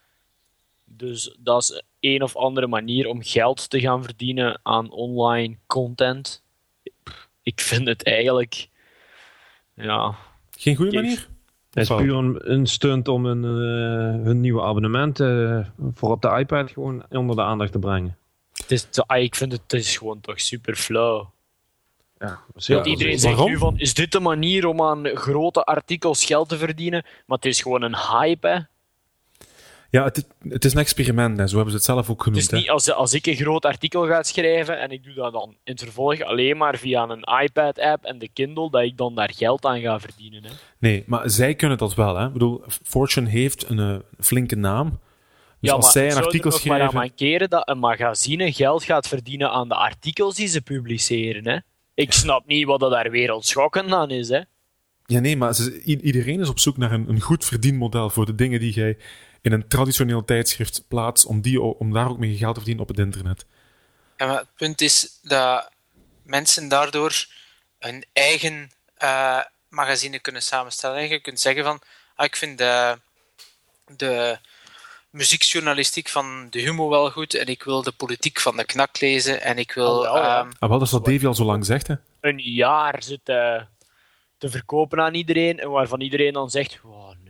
Dus dat is een of andere manier om geld te gaan verdienen aan online content. Ik vind het eigenlijk... Ja... Geen goede Kijk, manier? Het is Fout. puur een, een stunt om een, uh, hun nieuwe abonnement uh, voor op de iPad gewoon onder de aandacht te brengen. Het is te, ah, ik vind het, het is gewoon toch super flauw. Ja, Ja, Iedereen waarom? zegt nu van, is dit de manier om aan grote artikels geld te verdienen? Maar het is gewoon een hype, hè. Ja, het, is- het is een experiment, hè. Zo hebben ze het zelf ook Het genoemd. is niet als, als ik een groot artikel ga schrijven en ik doe dat dan in het vervolg alleen maar via een iPad-app en de Kindle, dat ik dan daar geld aan ga verdienen, hè. Nee, maar zij kunnen dat wel. Hè. Ik bedoel, Fortune heeft een uh, flinke naam. Dus Ja, als maar zij een zou er artikel nog maar aan schrijven... mankeren dat een magazine geld gaat verdienen aan de artikels die ze publiceren, hè. Ik snap niet wat dat daar wereldschokkend aan is, hè. Ja, nee, maar ze- i- iedereen is op zoek naar een, een goed verdienmodel voor de dingen die jij in een traditioneel tijdschrift plaatst, om, die, o- om daar ook mee geld te verdienen op het internet. Ja, maar het punt is dat mensen daardoor hun eigen uh, magazine kunnen samenstellen. En je kunt zeggen van, ah, ik vind de, de muziekjournalistiek van de Humo wel goed en ik wil de politiek van de Knak lezen en ik wil... Oh, wel, ja. ehm, Ah, wel, dat is wat Davy al zo lang zegt, hè. Een jaar zit uh, te verkopen aan iedereen en waarvan iedereen dan zegt, oh, nee.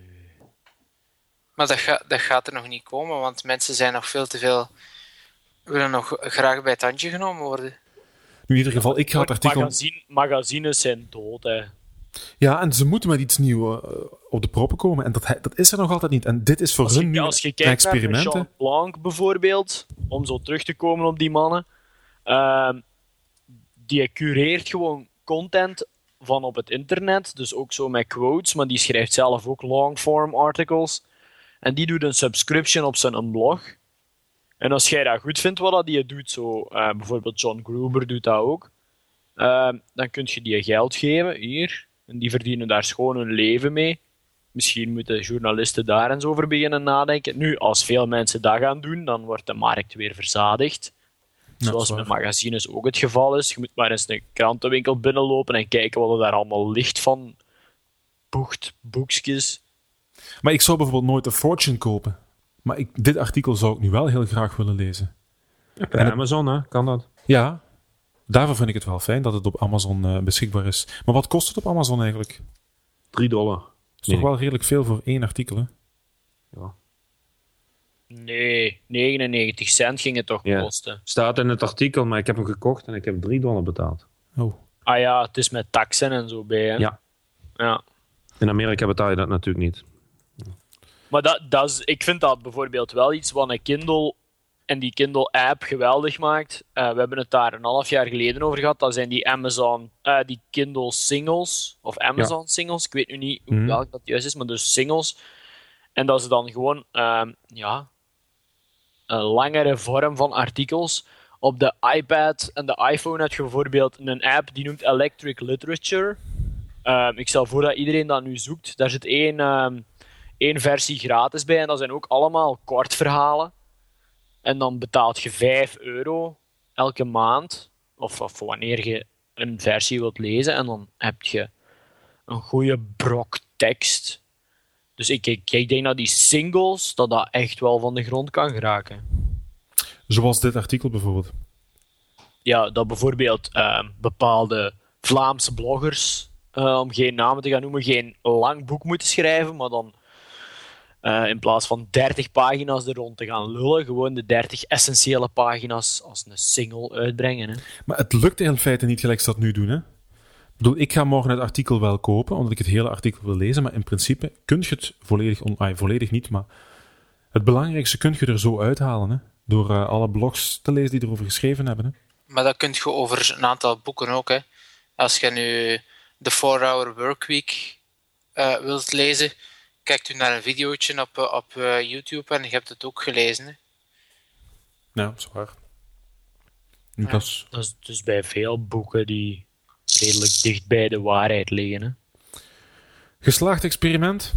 Maar dat, ga, dat gaat er nog niet komen, want mensen zijn nog veel te veel... willen nog graag bij het handje genomen worden. Nu, in ieder geval, ik ga het artikel... Magazine, magazines zijn dood, hè. Ja, en ze moeten met iets nieuws uh, op de proppen komen. En dat, dat is er nog altijd niet. En dit is voor Als hun je, nu als je een kijkt naar experiment. hè. Jean Blanc bijvoorbeeld, om zo terug te komen op die mannen, uh, die cureert gewoon content van op het internet, dus ook zo met quotes, maar die schrijft zelf ook long-form articles. En die doet een subscription op zijn blog. En als jij dat goed vindt wat dat die doet, zo, uh, bijvoorbeeld John Gruber doet dat ook, uh, dan kun je die geld geven, hier, en die verdienen daar schoon hun leven mee. Misschien moeten journalisten daar eens over beginnen nadenken. Nu, als veel mensen dat gaan doen, dan wordt de markt weer verzadigd. Ja, Zoals dat is met waar. magazines ook het geval is. Je moet maar eens een krantenwinkel binnenlopen en kijken wat er daar allemaal ligt van boekt, boekjes. Maar ik zou bijvoorbeeld nooit een Fortune kopen. Maar ik, dit artikel zou ik nu wel heel graag willen lezen. Bij Amazon, hè, kan dat. Ja, daarvoor vind ik het wel fijn dat het op Amazon uh, beschikbaar is. Maar wat kost het op Amazon eigenlijk? drie dollar. Dat is Nee. toch wel redelijk veel voor één artikel, hè? Ja. Nee, negenennegentig cent ging het toch Ja. kosten. Staat in het artikel, maar ik heb hem gekocht en ik heb drie dollar betaald. Oh. Ah ja, het is met taxen en zo bij, hè? Ja. Ja. In Amerika betaal je dat natuurlijk niet. Maar dat, dat is, ik vind dat bijvoorbeeld wel iets wat een Kindle en die Kindle-app geweldig maakt. Uh, we hebben het daar een half jaar geleden over gehad. Dat zijn die Amazon, uh, die Kindle singles, of Amazon Ja. singles. Ik weet nu niet hoe Mhm. welk dat juist is, maar dus singles. En dat is dan gewoon, uh, ja, een langere vorm van artikels. Op de iPad en de iPhone heb je bijvoorbeeld een app die noemt Electric Literature. Uh, ik stel voor dat iedereen dat nu zoekt. Daar zit één... Um, één versie gratis bij en dat zijn ook allemaal kortverhalen. En dan betaalt je vijf euro elke maand. Of, of wanneer je een versie wilt lezen. En dan heb je een goede brok tekst. Dus ik, ik, ik denk dat die singles, dat dat echt wel van de grond kan geraken. Zoals dit artikel bijvoorbeeld. Ja, dat bijvoorbeeld uh, bepaalde Vlaamse bloggers, uh, om geen namen te gaan noemen, geen lang boek moeten schrijven, maar dan uh, in plaats van dertig pagina's er rond te gaan lullen, gewoon de dertig essentiële pagina's als een single uitbrengen. Hè. Maar het lukt in feite niet gelijk ze dat nu doen, hè? Ik bedoel, ik ga morgen het artikel wel kopen, omdat ik het hele artikel wil lezen, maar in principe kun je het volledig, on- ah, volledig niet, maar het belangrijkste kun je er zo uithalen, hè? Door uh, alle blogs te lezen die erover geschreven hebben. Hè? Maar dat kun je over een aantal boeken ook. Hè. Als je nu de four hour Workweek uh, wilt lezen, kijkt u naar een videootje op, uh, op uh, YouTube en je hebt het ook gelezen. Hè. Ja, zwaar. Nu, Ja. dat is... Dat is dus bij veel boeken die redelijk dicht bij de waarheid liggen. Hè. Geslaagd experiment?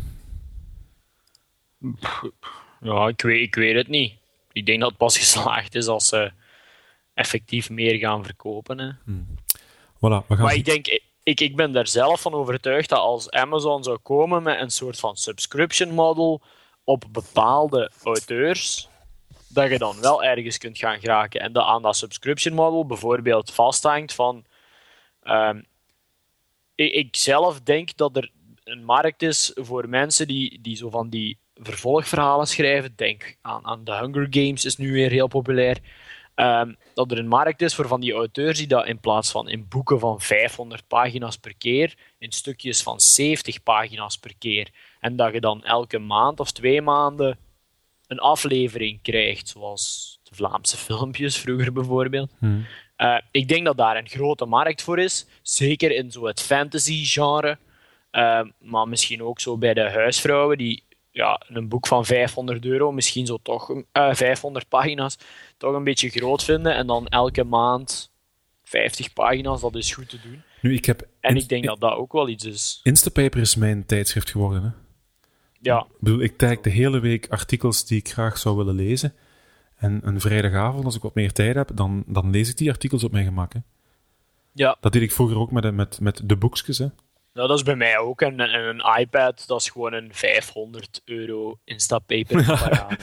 Ja, ik weet, ik weet het niet. Ik denk dat het pas geslaagd is als ze effectief meer gaan verkopen. Hè. Voilà, we gaan Maar zien. ik denk, ik, ik ben daar zelf van overtuigd dat als Amazon zou komen met een soort van subscription model op bepaalde auteurs, dat je dan wel ergens kunt gaan geraken. En dat aan dat subscription model bijvoorbeeld vasthangt van... Um, ik, ik zelf denk dat er een markt is voor mensen die, die zo van die vervolgverhalen schrijven. Denk aan, aan The Hunger Games, is nu weer heel populair. Um, dat er een markt is voor van die auteurs die dat in plaats van in boeken van vijfhonderd pagina's per keer, in stukjes van zeventig pagina's per keer. En dat je dan elke maand of twee maanden een aflevering krijgt, zoals de Vlaamse filmpjes vroeger bijvoorbeeld. Hmm. Uh, ik denk dat daar een grote markt voor is, zeker in zo het fantasy-genre, uh, maar misschien ook zo bij de huisvrouwen die ja, een boek van vijfhonderd euro, misschien zo toch uh, vijfhonderd pagina's, toch een beetje groot vinden en dan elke maand vijftig pagina's, dat is goed te doen. Nu, ik heb En in- ik denk dat dat ook wel iets is. Instapaper is mijn tijdschrift geworden. Hè? Ja, Ik bedoel, ik tag de hele week artikels die ik graag zou willen lezen. En een vrijdagavond, als ik wat meer tijd heb, dan, dan lees ik die artikels op mijn gemak. Hè? ja. Dat deed ik vroeger ook met, de- met, met de boekjes. Hè? Nou, dat is bij mij ook. En, en een iPad, dat is gewoon een vijfhonderd euro Instapaper parade.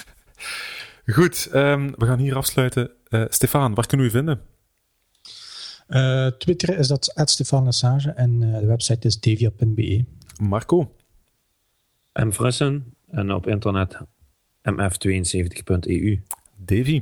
Goed, ehm, we gaan hier afsluiten. Uh, Stefan, waar kunnen we u vinden? Uh, Twitter is dat at Stefan Lesage en uh, de website is devia punt b e. Marco? M. Frussen en op internet m f tweeënzeventig punt e u. Davy?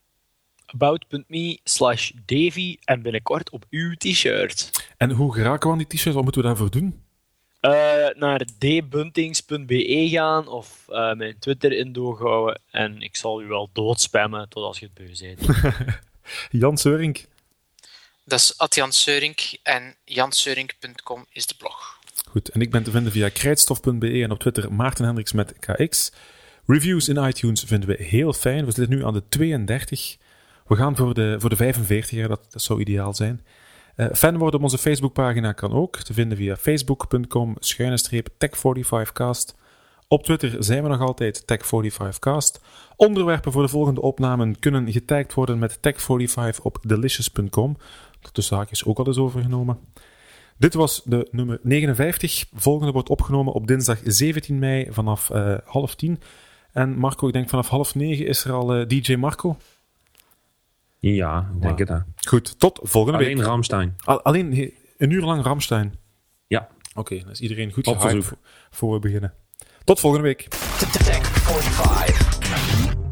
About.me slash Davy en binnenkort op uw t-shirt. En hoe geraken we aan die t-shirts? Wat moeten we daarvoor doen? Uh, naar d buntings punt b e gaan of uh, mijn Twitter in doorhouden en ik zal u wel doodspammen tot als je het beu bent. Jan Seurink? Dat is at Jan Seurink en jan seurink punt com is de blog. Goed, en ik ben te vinden via krijtstof punt b e en op Twitter Maarten Hendricks met K X. Reviews in iTunes vinden we heel fijn. We zitten nu aan de tweeëndertig. We gaan voor de, voor de vijfenveertig jaar, dat, dat zou ideaal zijn. Uh, fan worden op onze Facebookpagina kan ook. Te vinden via facebook punt com schuine streep tech vijfenveertig cast. Op Twitter zijn we nog altijd tech vijfenveertig cast. Onderwerpen voor de volgende opnamen kunnen getagd worden met tech vijfenveertig op delicious punt com. Dat de zaak is ook al eens overgenomen. Dit was de nummer negenenvijftig. Volgende wordt opgenomen op dinsdag zeventien mei vanaf uh, half tien. En Marco, ik denk vanaf half negen is er al uh, D J Marco. Ja, ik denk Wow. het. Hè. Goed, tot volgende Alleen week. Rammstein. Al- alleen he- een uur lang Rammstein. Ja. Oké, okay, dan is iedereen goed Op gehyped verzoek. voor, voor we beginnen. Tot volgende week. Tech vijfenveertig.